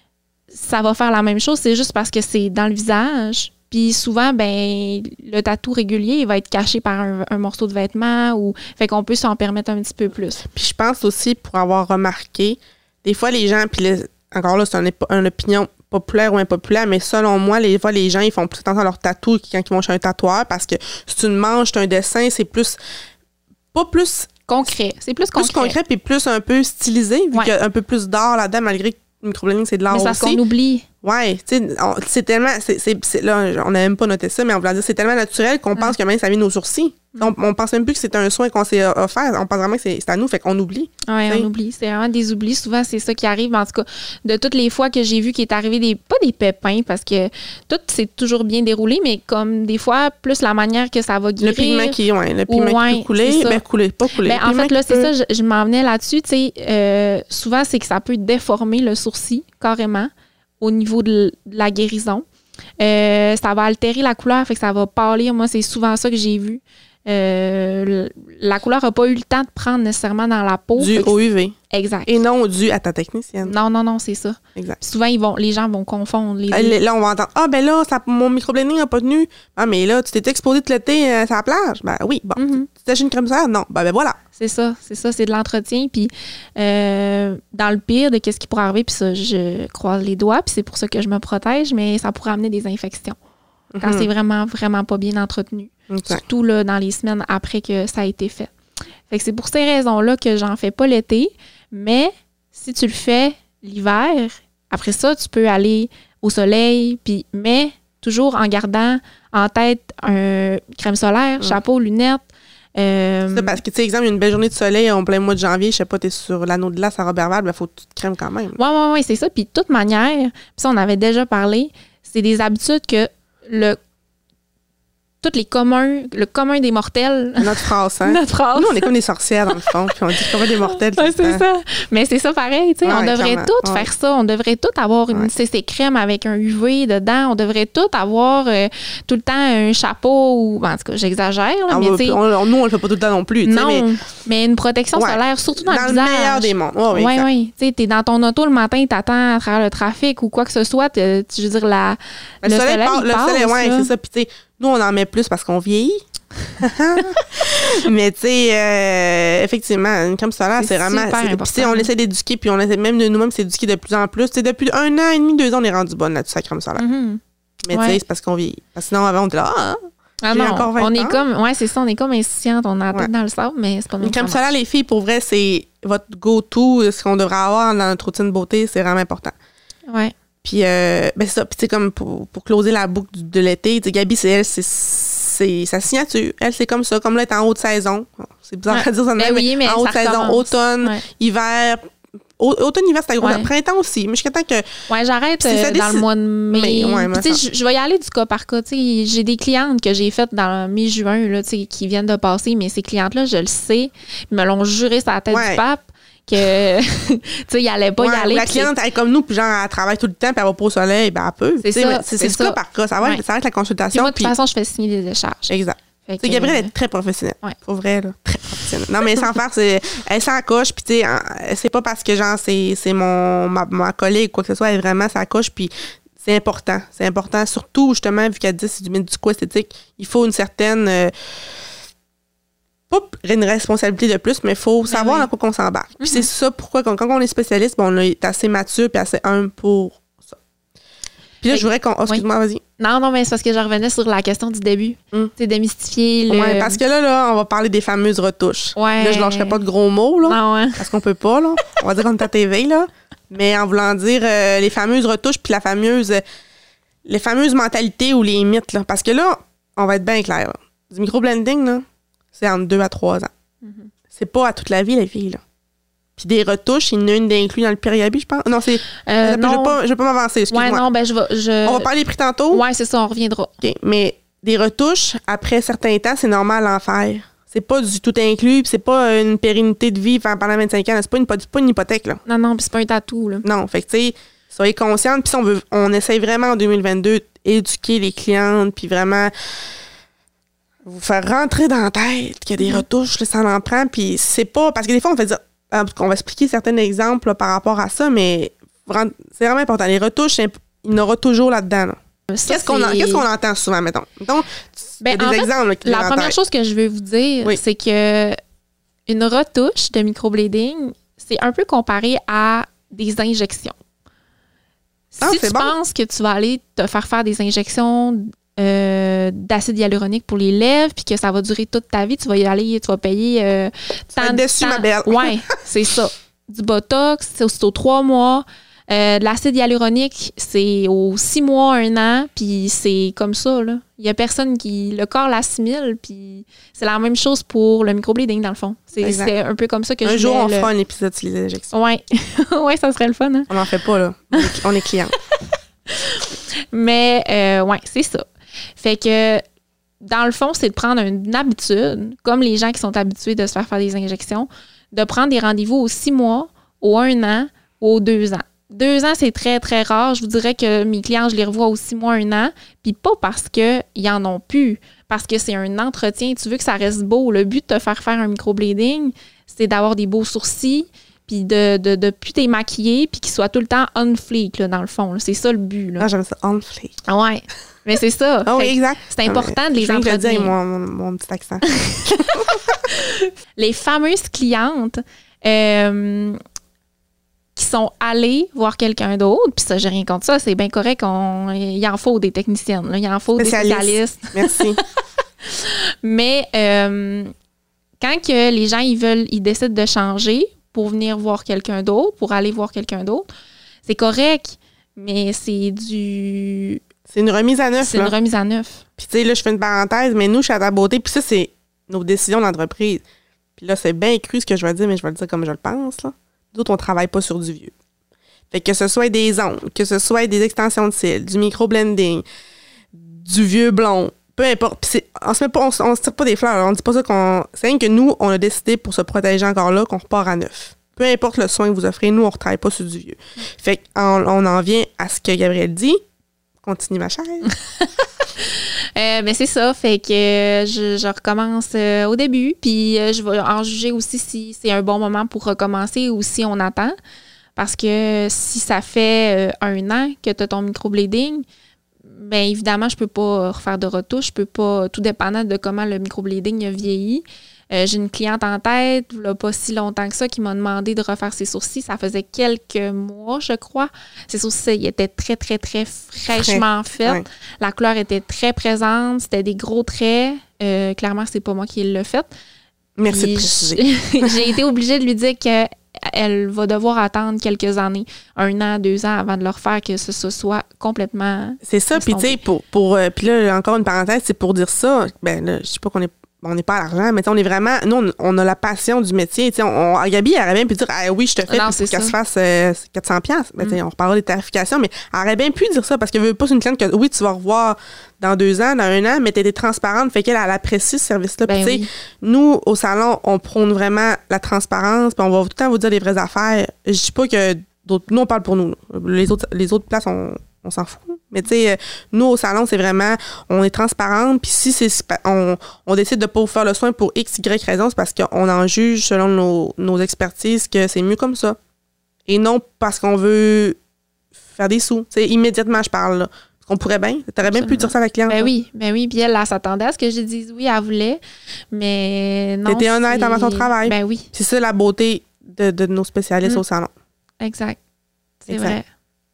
ça va faire la même chose. C'est juste parce que c'est dans le visage. Puis souvent, ben le tatou régulier, il va être caché par un, un morceau de vêtement ou fait qu'on peut s'en permettre un petit peu plus. Puis je pense aussi, pour avoir remarqué, des fois les gens, puis les, encore là, c'est une, une opinion populaire ou impopulaire, mais selon moi, les fois les gens, ils font plus attention à leur tatou quand ils vont chez un tatoueur parce que c'est une manche, c'est un dessin, c'est plus... Pas plus... Concret. C'est plus concret. Plus concret puis plus un peu stylisé, vu ouais. qu'il y a un peu plus d'art là-dedans, malgré que le microblading, c'est de l'art aussi. Mais c'est parce qu'on oublie. Oui, tu sais, c'est tellement... C'est, c'est, c'est, là, on n'a même pas noté ça, mais on va dire c'est tellement naturel qu'on ouais. pense que même ça vient de nos sourcils. On, on pense même plus que c'est un soin qu'on s'est offert. On pense vraiment que c'est, c'est à nous, fait qu'on oublie. Oui, on oublie. C'est vraiment des oublis. Souvent, c'est ça qui arrive. En tout cas, de toutes les fois que j'ai vu qu'il est arrivé des... Pas des pépins, parce que tout s'est toujours bien déroulé, mais comme des fois, plus la manière que ça va guérir. Le pigment qui... Oui, le pigment ouais, qui peut couler. Ben, couler, pas couler. Ben, en fait, là, c'est peut... ça, je, je m'en venais là-dessus. Tu sais, euh, souvent, c'est que ça peut déformer le sourcil, carrément, au niveau de, de la guérison. Euh, ça va altérer la couleur, fait que ça va pâlir. Moi, c'est souvent ça que j'ai vu. Euh, la couleur n'a pas eu le temps de prendre nécessairement dans la peau. Dû au U V. Exact. Et non dû à ta technicienne. Non, non, non, c'est ça. Exact. Puis souvent, ils vont, les gens vont confondre les deux. Là, on va entendre « Ah, ben là, ça, mon microblading n'a pas tenu. Ah, mais là, tu t'es exposé tout l'été euh, sur la plage. » Ben oui, bon. Mm-hmm. Tu t'achètes une crème solaire? Non. Ben, ben voilà. C'est ça, c'est ça, c'est de l'entretien. Puis euh, dans le pire de qu'est-ce qui pourrait arriver, puis ça, je croise les doigts, puis c'est pour ça que je me protège, mais ça pourrait amener des infections. Quand mm-hmm. c'est vraiment, vraiment pas bien entretenu. Exact. Surtout là, dans les semaines après que ça a été fait. Fait que c'est pour ces raisons-là que j'en fais pas l'été. Mais si tu le fais l'hiver, après ça, tu peux aller au soleil. Puis, mais toujours en gardant en tête un crème solaire, mm. chapeau, lunettes. Euh, c'est ça, parce que, tu sais, exemple, une belle journée de soleil en plein mois de janvier, je sais pas, t'es sur l'anneau de glace à Robert-Val, ben faut que tu te crèmes quand même. Oui, oui, oui, c'est ça. Puis de toute manière, puis ça, on avait déjà parlé, c'est des habitudes que le tous les communs, le commun des mortels. Notre phrase, hein? Notre phrase. Nous, on est comme des sorcières, dans le fond, puis on dit le commun des mortels. Ouais, c'est ça. Mais c'est ça pareil, tu sais. Ouais, on devrait tous ouais. faire ça. On devrait tous avoir une ouais. C C crème avec un U V dedans. On devrait tous avoir euh, tout le temps un chapeau ou... En tout cas, j'exagère, là, on mais tu sais... Nous, on le fait pas tout le temps non plus, non, mais... mais une protection ouais. solaire, surtout dans, dans le visage. Dans le meilleur des mondes. Oh, oui, oui, oui. Tu sais, t'es dans ton auto le matin, t'attends à travers le trafic ou quoi que ce soit. Je veux dire, la... Le, le soleil, soleil passe, le soleil, oui, c'est ça. Puis tu sais, nous, on en met plus parce qu'on vieillit. Mais tu sais, euh, effectivement, une crème solaire, c'est, c'est vraiment... Puis on essaie d'éduquer, puis on essaie même de nous-mêmes s'éduquer de plus en plus. T'sais, depuis un an et demi, deux ans, on est rendu bonne là-dessus, la crème solaire. Mm-hmm. Mais ouais. tu sais, c'est parce qu'on vieillit. Parce que sinon, avant, on était là... Ah, ah non, encore vingt on est ans. Comme... Ouais, c'est ça, on est comme insouciante, on a la tête ouais. dans le sable, mais c'est pas une crème solaire, les filles, pour vrai, c'est votre go-to, ce qu'on devrait avoir dans notre routine beauté, c'est vraiment important. Ouais. Puis, euh, ben c'est ça. Puis, tu sais, comme pour, pour closer la boucle de l'été, tu sais, Gabi, c'est elle, c'est, c'est sa signature. Elle, c'est comme ça. Comme là, elle est en haute saison. C'est bizarre ouais. à dire ça, mais, oui, mais en haute saison, recommence. automne, ouais. hiver. Automne, hiver, c'est gros. Ouais. Printemps aussi. Mais jusqu'à temps que. Ouais, j'arrête euh, dans le mois de mai. Mais, ouais, tu sais, je vais y aller du cas par cas. Tu sais, j'ai des clientes que j'ai faites dans mi-juin, là, tu sais, qui viennent de passer, mais ces clientes-là, je le sais, ils me l'ont juré sur la tête ouais. du pape, que, tu sais, il allait pas ouais, y aller. La cliente, elle est comme nous, puis genre, elle travaille tout le temps, puis elle va pas au soleil, ben elle peut. C'est ça. C'est, c'est, c'est ça. Cas par cas. Ça va, ouais. ça va être la consultation. Puis moi, de toute façon, je fais signer des décharges. Exact. Tu sais, Gabrielle est très professionnelle. Ouais. Pour vrai, là. Très professionnelle. Non, mais sans faire, c'est, elle s'en coche, puis tu sais, c'est pas parce que, genre, c'est, c'est mon, ma, ma collègue ou quoi que ce soit, elle est vraiment sa coche, puis c'est important. C'est important, surtout, justement, vu qu'elle dit c'est du médico-esthétique, il faut une certaine. Euh, pas une responsabilité de plus, mais il faut savoir oui. dans quoi on s'embarque. Puis mm-hmm. c'est ça pourquoi, quand, quand on est spécialiste, bon, on est assez mature puis assez humble pour ça. Puis là, fait, je voudrais qu'on... Oh, excuse-moi, oui. vas-y. Non, non, mais c'est parce que je revenais sur la question du début. Mm. Tu sais, démystifier le... Oui, parce que là, là, on va parler des fameuses retouches. Ouais. Là, je lâcherai pas de gros mots, là. Non, ouais. Parce qu'on peut pas, là. On va dire qu'on est à T V, là. Mais en voulant dire euh, les fameuses retouches puis la fameuse... Euh, les fameuses mentalités ou les mythes, là. Parce que là, on va être bien clair, là. Du microblending, là, c'est entre deux à trois ans. Mm-hmm. C'est pas à toute la vie, les filles, là. Puis des retouches, il y en a une d'inclus dans le périabi, je pense. Non, c'est... Euh, non. Je vais pas, je vais pas m'avancer, excuse-moi. Ouais, non, ben je vais... Je... On va parler des prix tantôt. Ouais, c'est ça, on reviendra. OK, mais des retouches, après un certain temps, c'est normal à en faire. C'est pas du tout inclus, puis c'est pas une pérennité de vie pendant vingt-cinq ans. C'est pas une, c'est pas une hypothèque, là. Non, non, puis c'est pas un tatou, là. Non, fait que, tu sais, soyez conscientes. Puis si on veut... On essaye vraiment, en deux mille vingt-deux, éduquer les clientes, puis vraiment... vous faire rentrer dans la tête qu'il y a des retouches, là, ça en prend, puis c'est pas... Parce que des fois, on fait dire... On va expliquer certains exemples là, par rapport à ça, mais c'est vraiment important. Les retouches, il y en aura toujours là-dedans. Là. Ça, qu'est-ce, qu'on a, qu'est-ce qu'on entend souvent, mettons? mettons ben, des en exemples. Fait, là, la première chose que je veux vous dire, oui. c'est que une retouche de microblading, c'est un peu comparé à des injections. Ah, si tu bon. penses que tu vas aller te faire faire des injections... Euh, d'acide hyaluronique pour les lèvres, puis que ça va durer toute ta vie, tu vas y aller, tu vas payer euh, tant, tu vas être déçu, tant, ma belle. Ouais, c'est ça. Du Botox, c'est, c'est aux trois mois. Euh, de l'acide hyaluronique, c'est aux six mois, un an, puis c'est comme ça, là. Il y a personne qui... Le corps l'assimile, puis c'est la même chose pour le microblading, dans le fond. C'est, c'est un peu comme ça que un je Un jour, on le... fera un épisode sur les injections. Ouais. Ouais, ça serait le fun, hein? On n'en fait pas, là. On est clients. Mais, euh, ouais, c'est ça. Fait que, dans le fond, c'est de prendre une habitude, comme les gens qui sont habitués de se faire faire des injections, de prendre des rendez-vous aux six mois, aux un an, aux deux ans. Deux ans, c'est très, très rare. Je vous dirais que mes clients, je les revois aux six mois, un an, puis pas parce qu'ils en ont plus, parce que c'est un entretien. Tu veux que ça reste beau. Le but de te faire faire un microblading, c'est d'avoir des beaux sourcils, puis de, de, de plus t'émaquiller, puis qu'ils soient tout le temps on fleek, là, dans le fond. Là. C'est ça le but. Là. Ah, j'aime ça, on fleek. Ouais. Mais c'est ça. Ah oui, exact. C'est important ah, de les entretenir. Je viens de le dire, mon, mon, mon petit accent. Les fameuses clientes euh, qui sont allées voir quelqu'un d'autre, puis ça, j'ai rien contre ça, c'est bien correct. On, il en faut des techniciennes, là, il en faut des spécialistes. Merci. Mais euh, quand que les gens ils veulent, ils décident de changer pour venir voir quelqu'un d'autre, pour aller voir quelqu'un d'autre, c'est correct, mais c'est du... C'est une remise à neuf. C'est là. une remise à neuf. Puis, tu sais, là, je fais une parenthèse, mais nous, chez À ta beauté, puis ça, c'est nos décisions d'entreprise. Puis là, c'est bien cru ce que je vais dire, mais je vais le dire comme je le pense, là. Nous autres, on travaille pas sur du vieux. Fait que ce soit des ongles, que ce soit des extensions de cils, du microblending, du vieux blond, peu importe. Puis c'est, on se met pas, on, on se tire pas des fleurs, là. On dit pas ça qu'on... C'est rien que nous, on a décidé pour se protéger encore là qu'on repart à neuf. Peu importe le soin que vous offrez, nous, on ne travaille pas sur du vieux. Fait qu'on on en vient à ce que Gabrielle dit. Continue, ma chère. euh, ben c'est ça. Fait que euh, je, je recommence euh, au début. Puis euh, je vais en juger aussi si c'est un bon moment pour recommencer ou si on attend. Parce que si ça fait euh, un an que tu as ton microblading, bien évidemment, je peux pas refaire de retouche. Je peux pas, tout dépendant de comment le microblading a vieilli. Euh, j'ai une cliente en tête, il n'y a pas si longtemps que ça, qui m'a demandé de refaire ses sourcils. Ça faisait quelques mois, je crois. Ses sourcils ils étaient très, très, très fraîchement faits. Ouais. La couleur était très présente. C'était des gros traits. Euh, clairement, c'est pas moi qui l'ai fait. Merci Puis de préciser. J'ai, j'ai été obligée de lui dire qu'elle va devoir attendre quelques années, un an, deux ans, avant de le refaire, que ce, ce soit complètement... C'est ça. Puis, tu sais, pour... pour euh, puis là, encore une parenthèse, c'est pour dire ça. Ben là, je sais pas qu'on est... on n'est pas à l'argent, mais on est vraiment, nous, on, on a la passion du métier. On, on, Gabi, elle aurait bien pu dire, ah, oui, je te fais non, pour qu'elle ça. se fasse euh, quatre cents dollars. Mm. On reparlera des tarifications, mais elle aurait bien pu dire ça parce qu'elle veut pas une cliente que, oui, tu vas revoir dans deux ans, dans un an, mais tu es transparente, fait qu'elle elle apprécie ce service-là. Ben puis, oui. Nous, au salon, on prône vraiment la transparence, puis on va tout le temps vous dire les vraies affaires. Je dis pas que d'autres, nous, on parle pour nous. Les autres, les autres places, on, on s'en fout. Mais tu sais, nous, au salon, c'est vraiment, on est transparente. Puis si c'est, on, on décide de ne pas vous faire le soin pour X, Y raison, c'est parce qu'on en juge, selon nos, nos expertises, que c'est mieux comme ça. Et non parce qu'on veut faire des sous. Tu sais, immédiatement, je parle, là. Parce qu'on pourrait bien. Tu aurais bien pu dire ça à la cliente. Ben oui, ben oui. Puis elle, elle s'attendait à ce que je dise oui, elle voulait. Mais non. T'étais honnête avant ton travail. Ben oui. C'est ça la beauté de, de nos spécialistes mmh. au salon. Exact. C'est exact. vrai.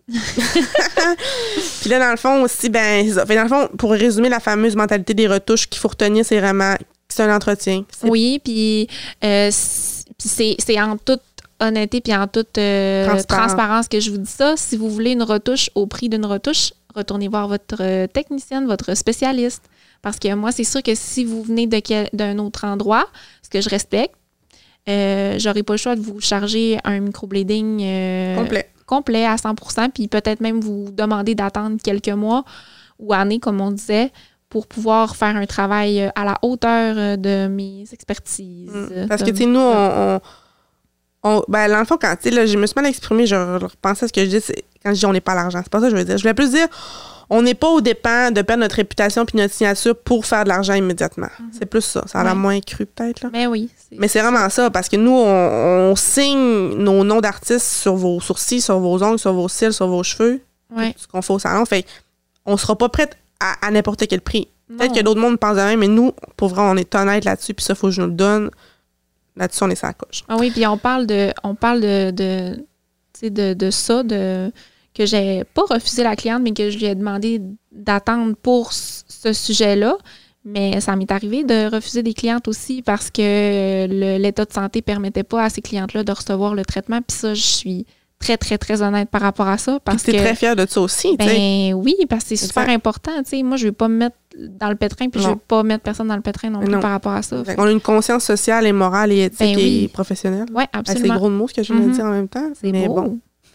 Puis là, dans le fond aussi, ben, c'est ça. Fait dans le fond, pour résumer la fameuse mentalité des retouches qu'il faut retenir, c'est vraiment c'est un entretien. C'est... Oui, puis euh, c'est, c'est en toute honnêteté puis en toute euh, Transparent. transparence que je vous dis ça. Si vous voulez une retouche au prix d'une retouche, retournez voir votre technicienne, votre spécialiste. Parce que moi, c'est sûr que si vous venez de quel, d'un autre endroit, ce que je respecte, euh, j'aurais pas le choix de vous charger un microblading euh, complet. complet à cent pour cent, puis peut-être même vous demander d'attendre quelques mois ou années, comme on disait, pour pouvoir faire un travail à la hauteur de mes expertises. Mmh. Parce que, tu sais, nous, on... on, on ben, dans le fond, quand, tu sais, là, je me suis mal exprimée, je repensais à ce que je dis, c'est, quand je dis on n'est pas à l'argent, c'est pas ça que je veux dire. Je voulais plus dire, on n'est pas au dépens de perdre notre réputation puis notre signature pour faire de l'argent immédiatement. Mm-hmm. C'est plus ça. Ça a l'air moins cru, peut-être, là. Mais oui. C'est Mais c'est vraiment ça, parce que nous, on, on signe nos noms d'artistes sur vos sourcils, sur vos ongles, sur vos cils, sur vos cheveux. Ouais. Ce qu'on fait au salon. Fait on sera pas prête à, à n'importe quel prix. Non. Peut-être que d'autres mondes pensent de même, mais nous, pour vrai, on est honnête là-dessus, puis ça, il faut que je nous le donne. Là-dessus, on est sur la coche. Ah oui, puis on parle de on parle de, de, de, de ça, de que j'ai pas refusé la cliente, mais que je lui ai demandé d'attendre pour ce sujet-là. Mais ça m'est arrivé de refuser des clientes aussi parce que le, l'état de santé permettait pas à ces clientes-là de recevoir le traitement. Puis ça, je suis très, très, très honnête par rapport à ça. Parce que tu es très fière de ça aussi, ben, tu sais. Oui, parce que c'est super exact. Important. T'sais. Moi, je veux pas me mettre dans le pétrin, puis non. je veux pas mettre personne dans le pétrin non plus non. par rapport à ça. On a une conscience sociale et morale et éthique ben oui. et professionnelle. Oui, absolument. C'est gros de mots ce que je viens mm-hmm. de dire en même temps. C'est mais beau. Bon.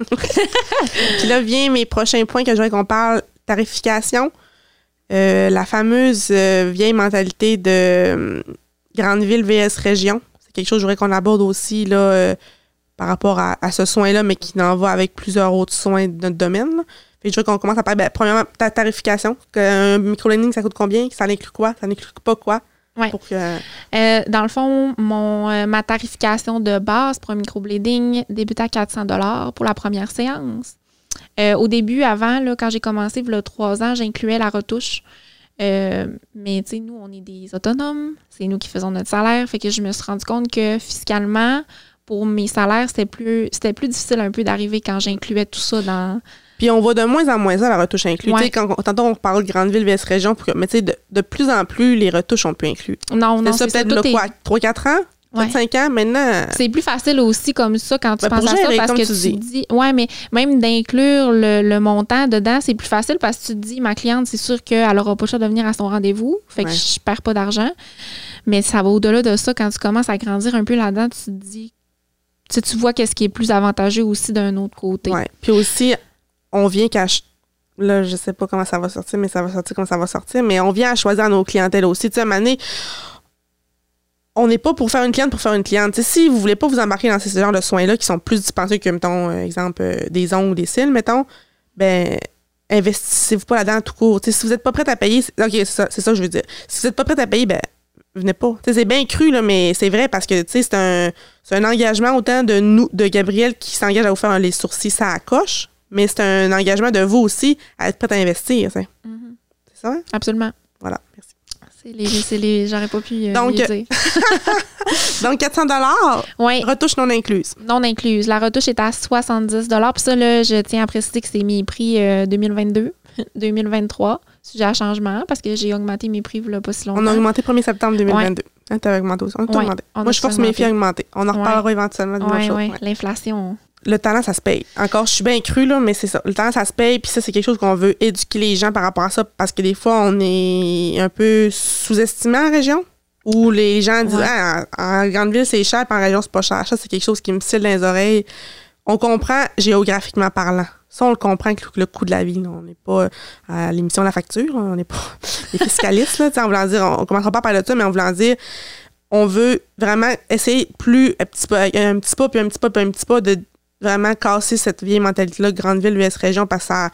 Puis là, vient mes prochains points que je voudrais qu'on parle. Tarification. Euh, la fameuse euh, vieille mentalité de euh, grande ville V S région. C'est quelque chose que je voudrais qu'on aborde aussi là, euh, par rapport à, à ce soin-là, mais qui en va avec plusieurs autres soins de notre domaine. Là. Fait que je voudrais qu'on commence à parler, ben, premièrement, ta tarification. Un microblading, ça coûte combien? Ça inclut quoi? Ça n'inclut pas quoi? Oui. Que... Euh, dans le fond, mon, euh, ma tarification de base pour un microblading débute à quatre cents dollars pour la première séance. Euh, au début, avant, là, quand j'ai commencé, il y a trois ans, j'incluais la retouche. Euh, mais, tu sais, nous, on est des autonomes. C'est nous qui faisons notre salaire. Fait que je me suis rendu compte que fiscalement, pour mes salaires, c'était plus, c'était plus difficile un peu d'arriver quand j'incluais tout ça dans... Puis on voit de moins en moins ça, la retouche inclue. Ouais. Tu sais, quand tantôt on parle de grande ville V S région, pour que, mais tu sais, de, de plus en plus, les retouches ont pu inclure. Non, non, c'est ça. Peut-être là, est... quoi, trois quatre ans? Ouais. cinq ans, maintenant. C'est plus facile aussi comme ça quand tu ben, penses à gérer, ça parce que tu, tu dis. dis. Ouais, mais même d'inclure le, le montant dedans, c'est plus facile parce que tu te dis, ma cliente, c'est sûr qu'elle n'aura pas le choix de venir à son rendez-vous. Fait que ouais. je perds pas d'argent. Mais ça va au-delà de ça. Quand tu commences à grandir un peu là-dedans, tu te dis. Tu, tu vois qu'est-ce qui est plus avantageux aussi d'un autre côté. Oui. Puis aussi, on vient qu'à. Là, je sais pas comment ça va sortir, mais ça va sortir comme ça va sortir. Mais on vient à choisir nos clientèles aussi. Tu sais, à un moment donné, on n'est pas pour faire une cliente pour faire une cliente. T'sais, si vous voulez pas vous embarquer dans ces genres de soins-là qui sont plus dispensés que, mettons, euh, exemple, euh, des ongles ou des cils, mettons, ben investissez-vous pas là-dedans tout court. T'sais, si vous n'êtes pas prête à payer, c'est, OK, c'est ça, c'est ça que je veux dire. Si vous n'êtes pas prête à payer, ben venez pas. T'sais, c'est bien cru, là, mais c'est vrai parce que c'est un, c'est un engagement autant de nous, de Gabrielle qui s'engage à vous faire les sourcils, ça à coche, mais c'est un engagement de vous aussi à être prête à investir. Mm-hmm. C'est ça? Hein? Absolument. Voilà, merci. C'est les, c'est les, j'aurais pas pu euh, donc, mieux dire. Donc, quatre cents dollars, oui. Retouche non incluse. Non incluse. La retouche est à soixante-dix dollars. Puis ça, là, je tiens à préciser que c'est mes prix euh, deux mille vingt-deux, deux mille vingt-trois, sujet à changement, parce que j'ai augmenté mes prix il n'y a pas si longtemps. On a augmenté le premier septembre deux mille vingt-deux. Ouais. Hein, t'avais augmenté aussi. On a ouais, augmenté. Moi, je force mes filles à augmenter. On en reparlera ouais. éventuellement. Oui, oui. Ouais. L'inflation... Le talent, ça se paye. Encore, je suis bien crue, là, mais c'est ça. Le talent, ça se paye, puis ça, c'est quelque chose qu'on veut éduquer les gens par rapport à ça, parce que des fois, on est un peu sous-estimé en région. Où les gens disent, Ouais. ah, en, en grande ville, c'est cher, puis en région, c'est pas cher. Ça, c'est quelque chose qui me file dans les oreilles. On comprend géographiquement parlant. Ça, on le comprend que le coût de la vie. Là. On n'est pas à l'émission de la facture. Là. On n'est pas des fiscalistes. Là, en voulant dire, on ne commencera pas à parler de ça, mais en voulant dire, on veut vraiment essayer plus un petit pas, un petit pas, puis un petit pas, puis un petit pas, de vraiment casser cette vieille mentalité-là, grande ville versus région, parce que ça.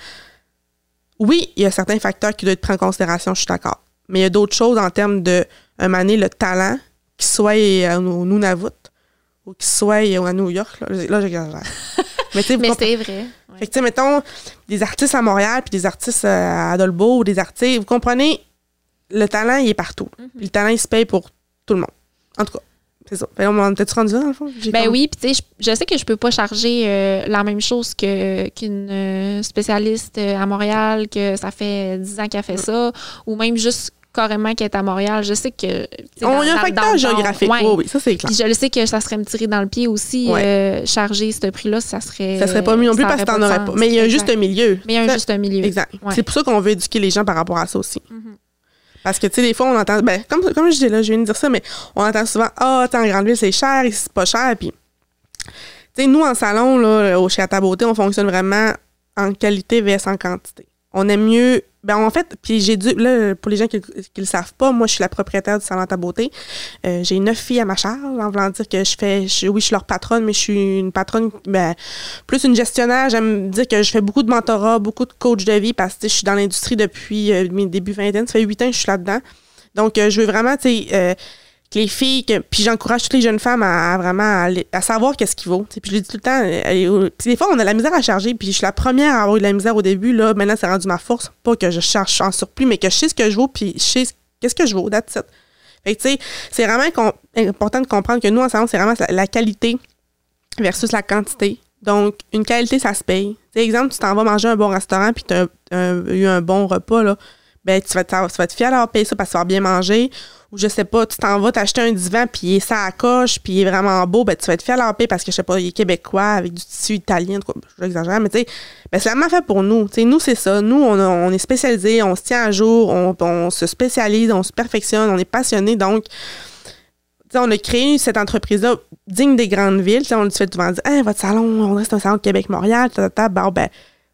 Oui, il y a certains facteurs qui doivent être pris en considération, je suis d'accord. Mais il y a d'autres choses en termes de, un moment donné, le talent, qu'il soit au Nunavut ou qu'il soit à New York. Là, là j'exagère. Mais, Mais c'est vrai. Ouais. Fait que, tu sais, mettons, des artistes à Montréal puis des artistes à Adolbo ou des artistes, vous comprenez, le talent, il est partout. Mm-hmm. Puis le talent, il se paye pour tout le monde. En tout cas, c'est ça. Fait là, on était-tu rendu là, dans le fond? J'ai ben comme... oui, puis tu sais, je, je sais que je peux pas charger euh, la même chose que, qu'une euh, spécialiste à Montréal, que ça fait dix ans qu'elle fait mm. ça, ou même juste carrément qu'elle est à Montréal. Je sais que... On y a un facteur géographique, ouais. oui, oui, ça c'est clair. Puis je le sais que ça serait me tirer dans le pied aussi, ouais. euh, charger ce prix-là, ça serait... Ça serait pas mieux non plus parce que t'en aurais pas. Mais il y a un juste milieu. Mais il y a un juste milieu. Exact. Ouais. C'est pour ça qu'on veut éduquer les gens par rapport à ça aussi. Mm-hmm. Parce que, tu sais, des fois, on entend... Ben, comme, comme je dis là, je viens de dire ça, mais on entend souvent « Ah, oh, en grande ville, c'est cher, ici, c'est pas cher. » Puis, tu sais, nous, en salon, là, au chez À ta beauté, on fonctionne vraiment en qualité versus en quantité. On aime mieux... Ben en fait, puis j'ai dû... Là, pour les gens qui ne le savent pas, moi, je suis la propriétaire du salon À ta beauté. Euh, j'ai neuf filles à ma charge, en voulant dire que je fais... Je, oui, je suis leur patronne, mais je suis une patronne... Ben, plus une gestionnaire. J'aime dire que je fais beaucoup de mentorat, beaucoup de coach de vie, parce que je suis dans l'industrie depuis euh, mes débuts vingtaine. Ça fait huit ans que je suis là-dedans. Donc, euh, je veux vraiment, tu sais... Euh, que les filles, que, puis j'encourage toutes les jeunes femmes à, à vraiment à, à savoir qu'est-ce qu'il vaut. Puis je le dis tout le temps, elle, puis des fois, on a la misère à charger, puis je suis la première à avoir eu de la misère au début. Là, maintenant, c'est rendu ma force. Pas que je cherche en surplus, mais que je sais ce que je vaux, puis je sais qu'est-ce que je vaux. That's it. Fait que, tu sais, c'est vraiment com- important de comprendre que nous, en salon, c'est vraiment la, la qualité versus la quantité. Donc, une qualité, ça se paye. Tu sais, exemple, tu t'en vas manger un bon restaurant, puis tu as eu un bon repas, là. Ben, tu vas, tu vas être fier d'avoir payé ça parce que tu vas bien manger. Ou je sais pas, tu t'en vas t'acheter un divan, puis il est ça à coche, puis il est vraiment beau, ben tu vas être fier d'avoir payé parce que, je sais pas, il est québécois, avec du tissu italien, j'exagère, mais tu sais, ben c'est vraiment fait pour nous. Tu sais, nous, c'est ça. Nous, on, a, on est spécialisés, on se tient à jour, on, on se spécialise, on se perfectionne, on est passionné. Donc, tu sais, on a créé cette entreprise-là digne des grandes villes. Tu sais, on le fait souvent dire, hey, votre salon, on dirait que c'est un salon de Québec-Montréal, tata, ben, ben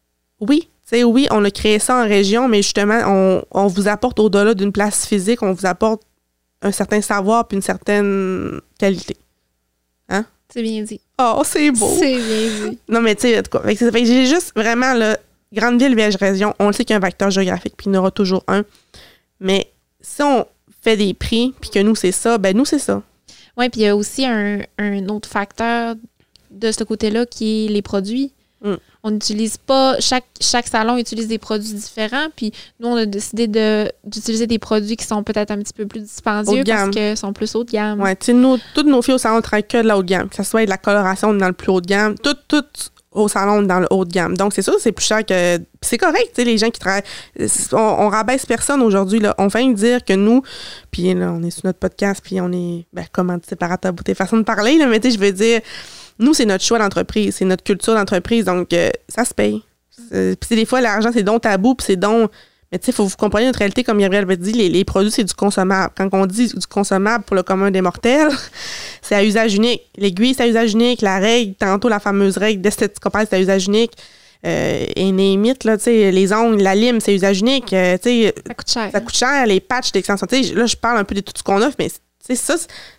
oui. T'sais, oui, on a créé ça en région, mais justement, on, on vous apporte au-delà d'une place physique, on vous apporte un certain savoir puis une certaine qualité. Hein? C'est bien dit. Oh, c'est beau! C'est bien dit. Non, mais tu sais, en tout cas, fait que, fait que j'ai juste vraiment, là, grande ville versus région, on le sait qu'il y a un facteur géographique, puis il y en aura toujours un. Mais si on fait des prix, puis que nous, c'est ça, ben nous, c'est ça. Oui, puis il y a aussi un, un autre facteur de ce côté-là qui est les produits. Mm. On n'utilise pas, chaque, chaque salon utilise des produits différents, puis nous, on a décidé de, d'utiliser des produits qui sont peut-être un petit peu plus dispendieux parce qu'ils sont plus haut de gamme. Oui, tu sais, nous, toutes nos filles au salon travaillent que de la haut de gamme, que ce soit de la coloration dans le plus haut de gamme, tout, tout au salon dans le haut de gamme. Donc, c'est sûr, c'est plus cher que... C'est correct, tu sais, les gens qui travaillent... On, on rabaisse personne aujourd'hui, là. On vient de dire que nous, puis là, on est sur notre podcast, puis on est, ben, comment dire, par À ta beauté, façon de parler, là, mais tu sais, je veux dire... Nous, c'est notre choix d'entreprise, c'est notre culture d'entreprise, donc euh, ça se paye. Puis des fois, l'argent, c'est donc tabou, puis c'est donc... Mais tu sais, il faut que vous compreniez notre réalité, comme Gabriel avait dit, les, les produits, c'est du consommable. Quand on dit du consommable pour le commun des mortels, c'est à usage unique. L'aiguille, c'est à usage unique. La règle, tantôt, la fameuse règle d'esthéticopathe, c'est à usage unique. Euh, et némite, là, tu sais, les ongles, la lime, c'est usage unique. Euh, tu sais, ça coûte cher. Ça coûte cher, les patchs d'extension. Tu sais, là, je parle un peu de tout ce qu'on offre, mais tu sais, ça,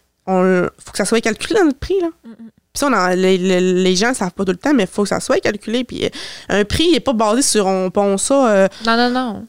il faut que ça soit calculé dans notre prix, là. Mm-mm. Puis ça, on a, les, les, les gens ne savent pas tout le temps, mais il faut que ça soit calculé. Puis euh, un prix n'est pas basé sur on pond ça. Euh, non, non, non.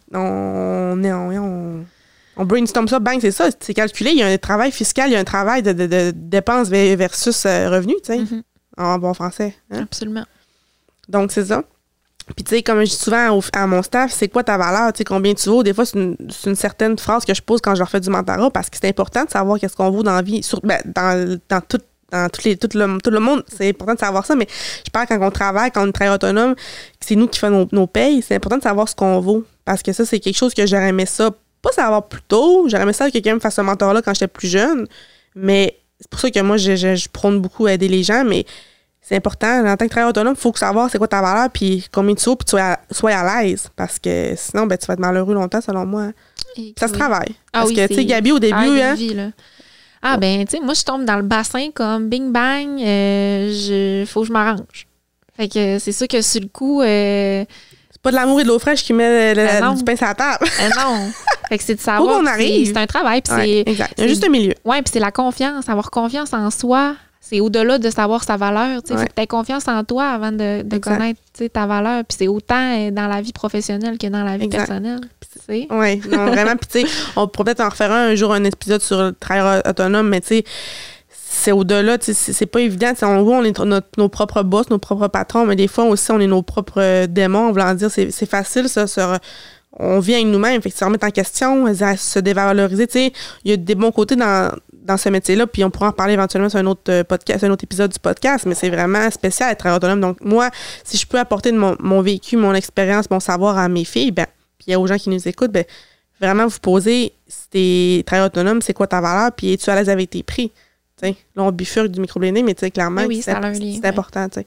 On, on, on, on brainstorm ça, bang, c'est ça. C'est calculé. Il y a un travail fiscal, il y a un travail de, de, de dépenses versus euh, revenus, tu sais, mm-hmm. en bon français. Hein? Absolument. Donc, c'est ça. Puis, tu sais, comme je dis souvent au, à mon staff, c'est quoi ta valeur? Tu sais, combien tu vaux? Des fois, c'est une, c'est une certaine phrase que je pose quand je leur fais du mentorat parce que c'est important de savoir qu'est-ce qu'on vaut dans la vie, sur, ben, dans, dans toute dans tout, les, tout, le, tout le monde, c'est important de savoir ça, mais je parle quand on travaille, quand on travaille autonome, c'est nous qui faisons nos, nos payes, c'est important de savoir ce qu'on vaut, parce que ça, c'est quelque chose que j'aurais aimé ça, pas savoir plus tôt, j'aurais aimé ça que quelqu'un me fasse ce mentor-là quand j'étais plus jeune, mais c'est pour ça que moi, je, je, je prône beaucoup à aider les gens, mais c'est important. En tant que travailleur autonome, il faut savoir c'est quoi ta valeur, puis combien tu sauts, puis tu sois à, sois à l'aise. Parce que sinon, ben, tu vas être malheureux longtemps, selon moi. Et ça oui. se travaille. Ah parce oui, que, tu sais, Gabi, au début... Hein, vie, là. Ah, ben, tu sais, moi, je tombe dans le bassin comme bing bang, euh, je, faut que je m'arrange. Fait que c'est sûr que sur le coup... Euh, c'est pas de l'amour et de l'eau fraîche qui met le, euh, du pain sur la table. Euh, non. Fait que c'est de savoir. Faut qu'on arrive. C'est, c'est un travail. Puis ouais, c'est, exact. Il y a juste un milieu. Oui, puis c'est la confiance. Avoir confiance en soi. C'est au-delà de savoir sa valeur. Il ouais. faut que tu aies confiance en toi avant de, de connaître ta valeur. Puis c'est autant dans la vie professionnelle que dans la vie exact. personnelle. Oui, non, vraiment. Puis tu sais, on pourrait peut-être en refaire un, un jour un épisode sur le travail autonome, mais tu sais, c'est au-delà. C'est, c'est pas évident. T'sais, on voit, on est notre, nos propres boss, nos propres patrons, mais des fois aussi, on est nos propres démons. En voulant dire, c'est, c'est facile, ça, sur, on vient avec nous-mêmes. Fait que se remettre en question, se dévaloriser. Tu sais, il y a des bons côtés dans... dans ce métier-là, puis on pourra en parler éventuellement sur un autre podcast, un autre épisode du podcast, mais c'est vraiment spécial être travailleur autonome. Donc, moi, si je peux apporter de mon, mon vécu, mon expérience, mon savoir à mes filles, ben, puis aux gens qui nous écoutent, ben, vraiment vous poser, si t'es travailleur autonome, c'est quoi ta valeur, puis es-tu à l'aise avec tes prix? T'sais, là, on bifurque du micro-blending, mais tu sais, clairement, oui, c'est, c'est, c'est important, tu sais.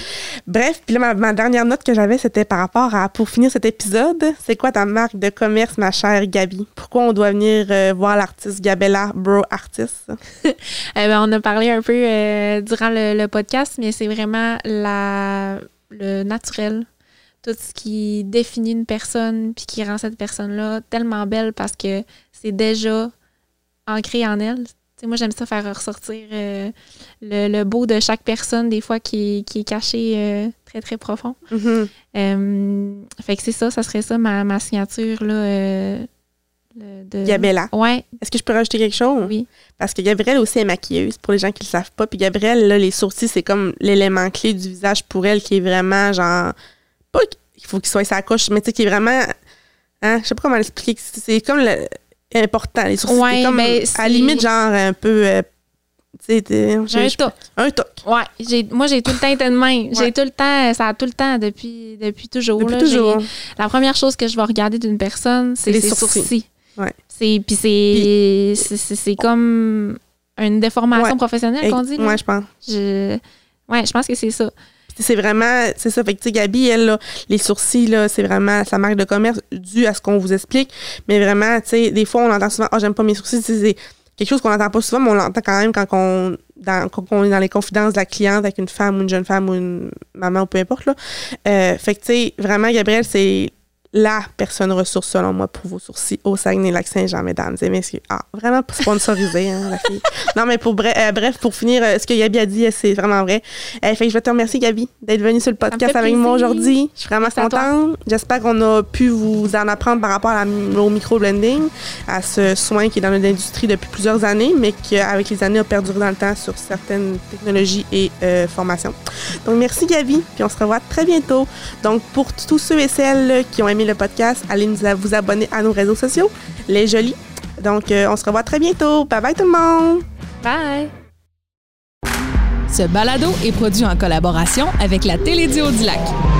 Bref, puis là, ma, ma dernière note que j'avais, c'était par rapport à, pour finir cet épisode, c'est quoi ta marque de commerce, ma chère Gabi? Pourquoi on doit venir euh, voir l'artiste Gabella Bro Artist? eh ben, on a parlé un peu euh, durant le, le podcast, mais c'est vraiment la, le naturel. Tout ce qui définit une personne puis qui rend cette personne-là tellement belle parce que c'est déjà ancré en elle. T'sais, moi, j'aime ça faire ressortir euh, le, le beau de chaque personne, des fois, qui est, qui est caché euh, très, très profond. Mm-hmm. Euh, fait que c'est ça, ça serait ça, ma, ma signature, là. Euh, de... Gabella. Ouais. Est-ce que je peux rajouter quelque chose? Oui. Parce que Gabrielle aussi est maquilleuse, pour les gens qui ne le savent pas. Puis Gabrielle, là, les sourcils, c'est comme l'élément clé du visage pour elle, qui est vraiment, genre... Pas qu'il faut qu'il soit sa couche, mais tu sais, qui est vraiment... Hein, je sais pas comment l'expliquer. C'est comme le... important. Les sourcils, ouais, c'est comme, ben, c'est... à la limite, genre, un peu... Euh, tu sais, j'ai un toc. Un toc. Ouais. J'ai, moi, j'ai tout le temps été de même. Ouais. J'ai tout le temps... Ça a tout le temps, depuis, depuis toujours. Depuis là, toujours. J'ai, la première chose que je vais regarder d'une personne, c'est les ses sourcils. sourcils. Ouais. C'est, puis c'est, c'est, c'est, c'est comme une déformation ouais. professionnelle qu'on dit. Oui, je pense. Je, ouais, je pense que c'est ça. C'est vraiment, c'est ça. Fait que, tu sais, Gabi, elle, là, les sourcils, là, c'est vraiment sa marque de commerce dû à ce qu'on vous explique. Mais vraiment, tu sais, des fois, on entend souvent, ah, oh, j'aime pas mes sourcils. C'est, c'est quelque chose qu'on n'entend pas souvent, mais on l'entend quand même quand on, dans, quand on est dans les confidences de la cliente avec une femme ou une jeune femme ou une maman ou peu importe, là. Euh, fait que, tu sais, vraiment, Gabrielle, c'est la personne ressource, selon moi, pour vos sourcils au Saguenay-Lac-Saint-Jean, mesdames et messieurs. Ah, vraiment pas sponsorisé, hein, la fille. Non, mais pour bref, euh, bref, pour finir, euh, ce que Gabi a dit, c'est vraiment vrai. Euh, fait que je vais te remercier, Gabi, d'être venue sur le podcast avec moi aujourd'hui. Je suis vraiment Merci contente. J'espère qu'on a pu vous en apprendre par rapport à la, au micro-blending, à ce soin qui est dans notre industrie depuis plusieurs années, mais qui, avec les années, a perduré dans le temps sur certaines technologies et euh, formations. Donc, merci, Gabi, puis on se revoit très bientôt. Donc, pour tous ceux et celles qui ont aimé le podcast, allez nous a, vous abonner à nos réseaux sociaux, Les Jolies. Donc, euh, on se revoit très bientôt. Bye bye tout le monde! Bye! Ce balado est produit en collaboration avec la Télédio du Lac.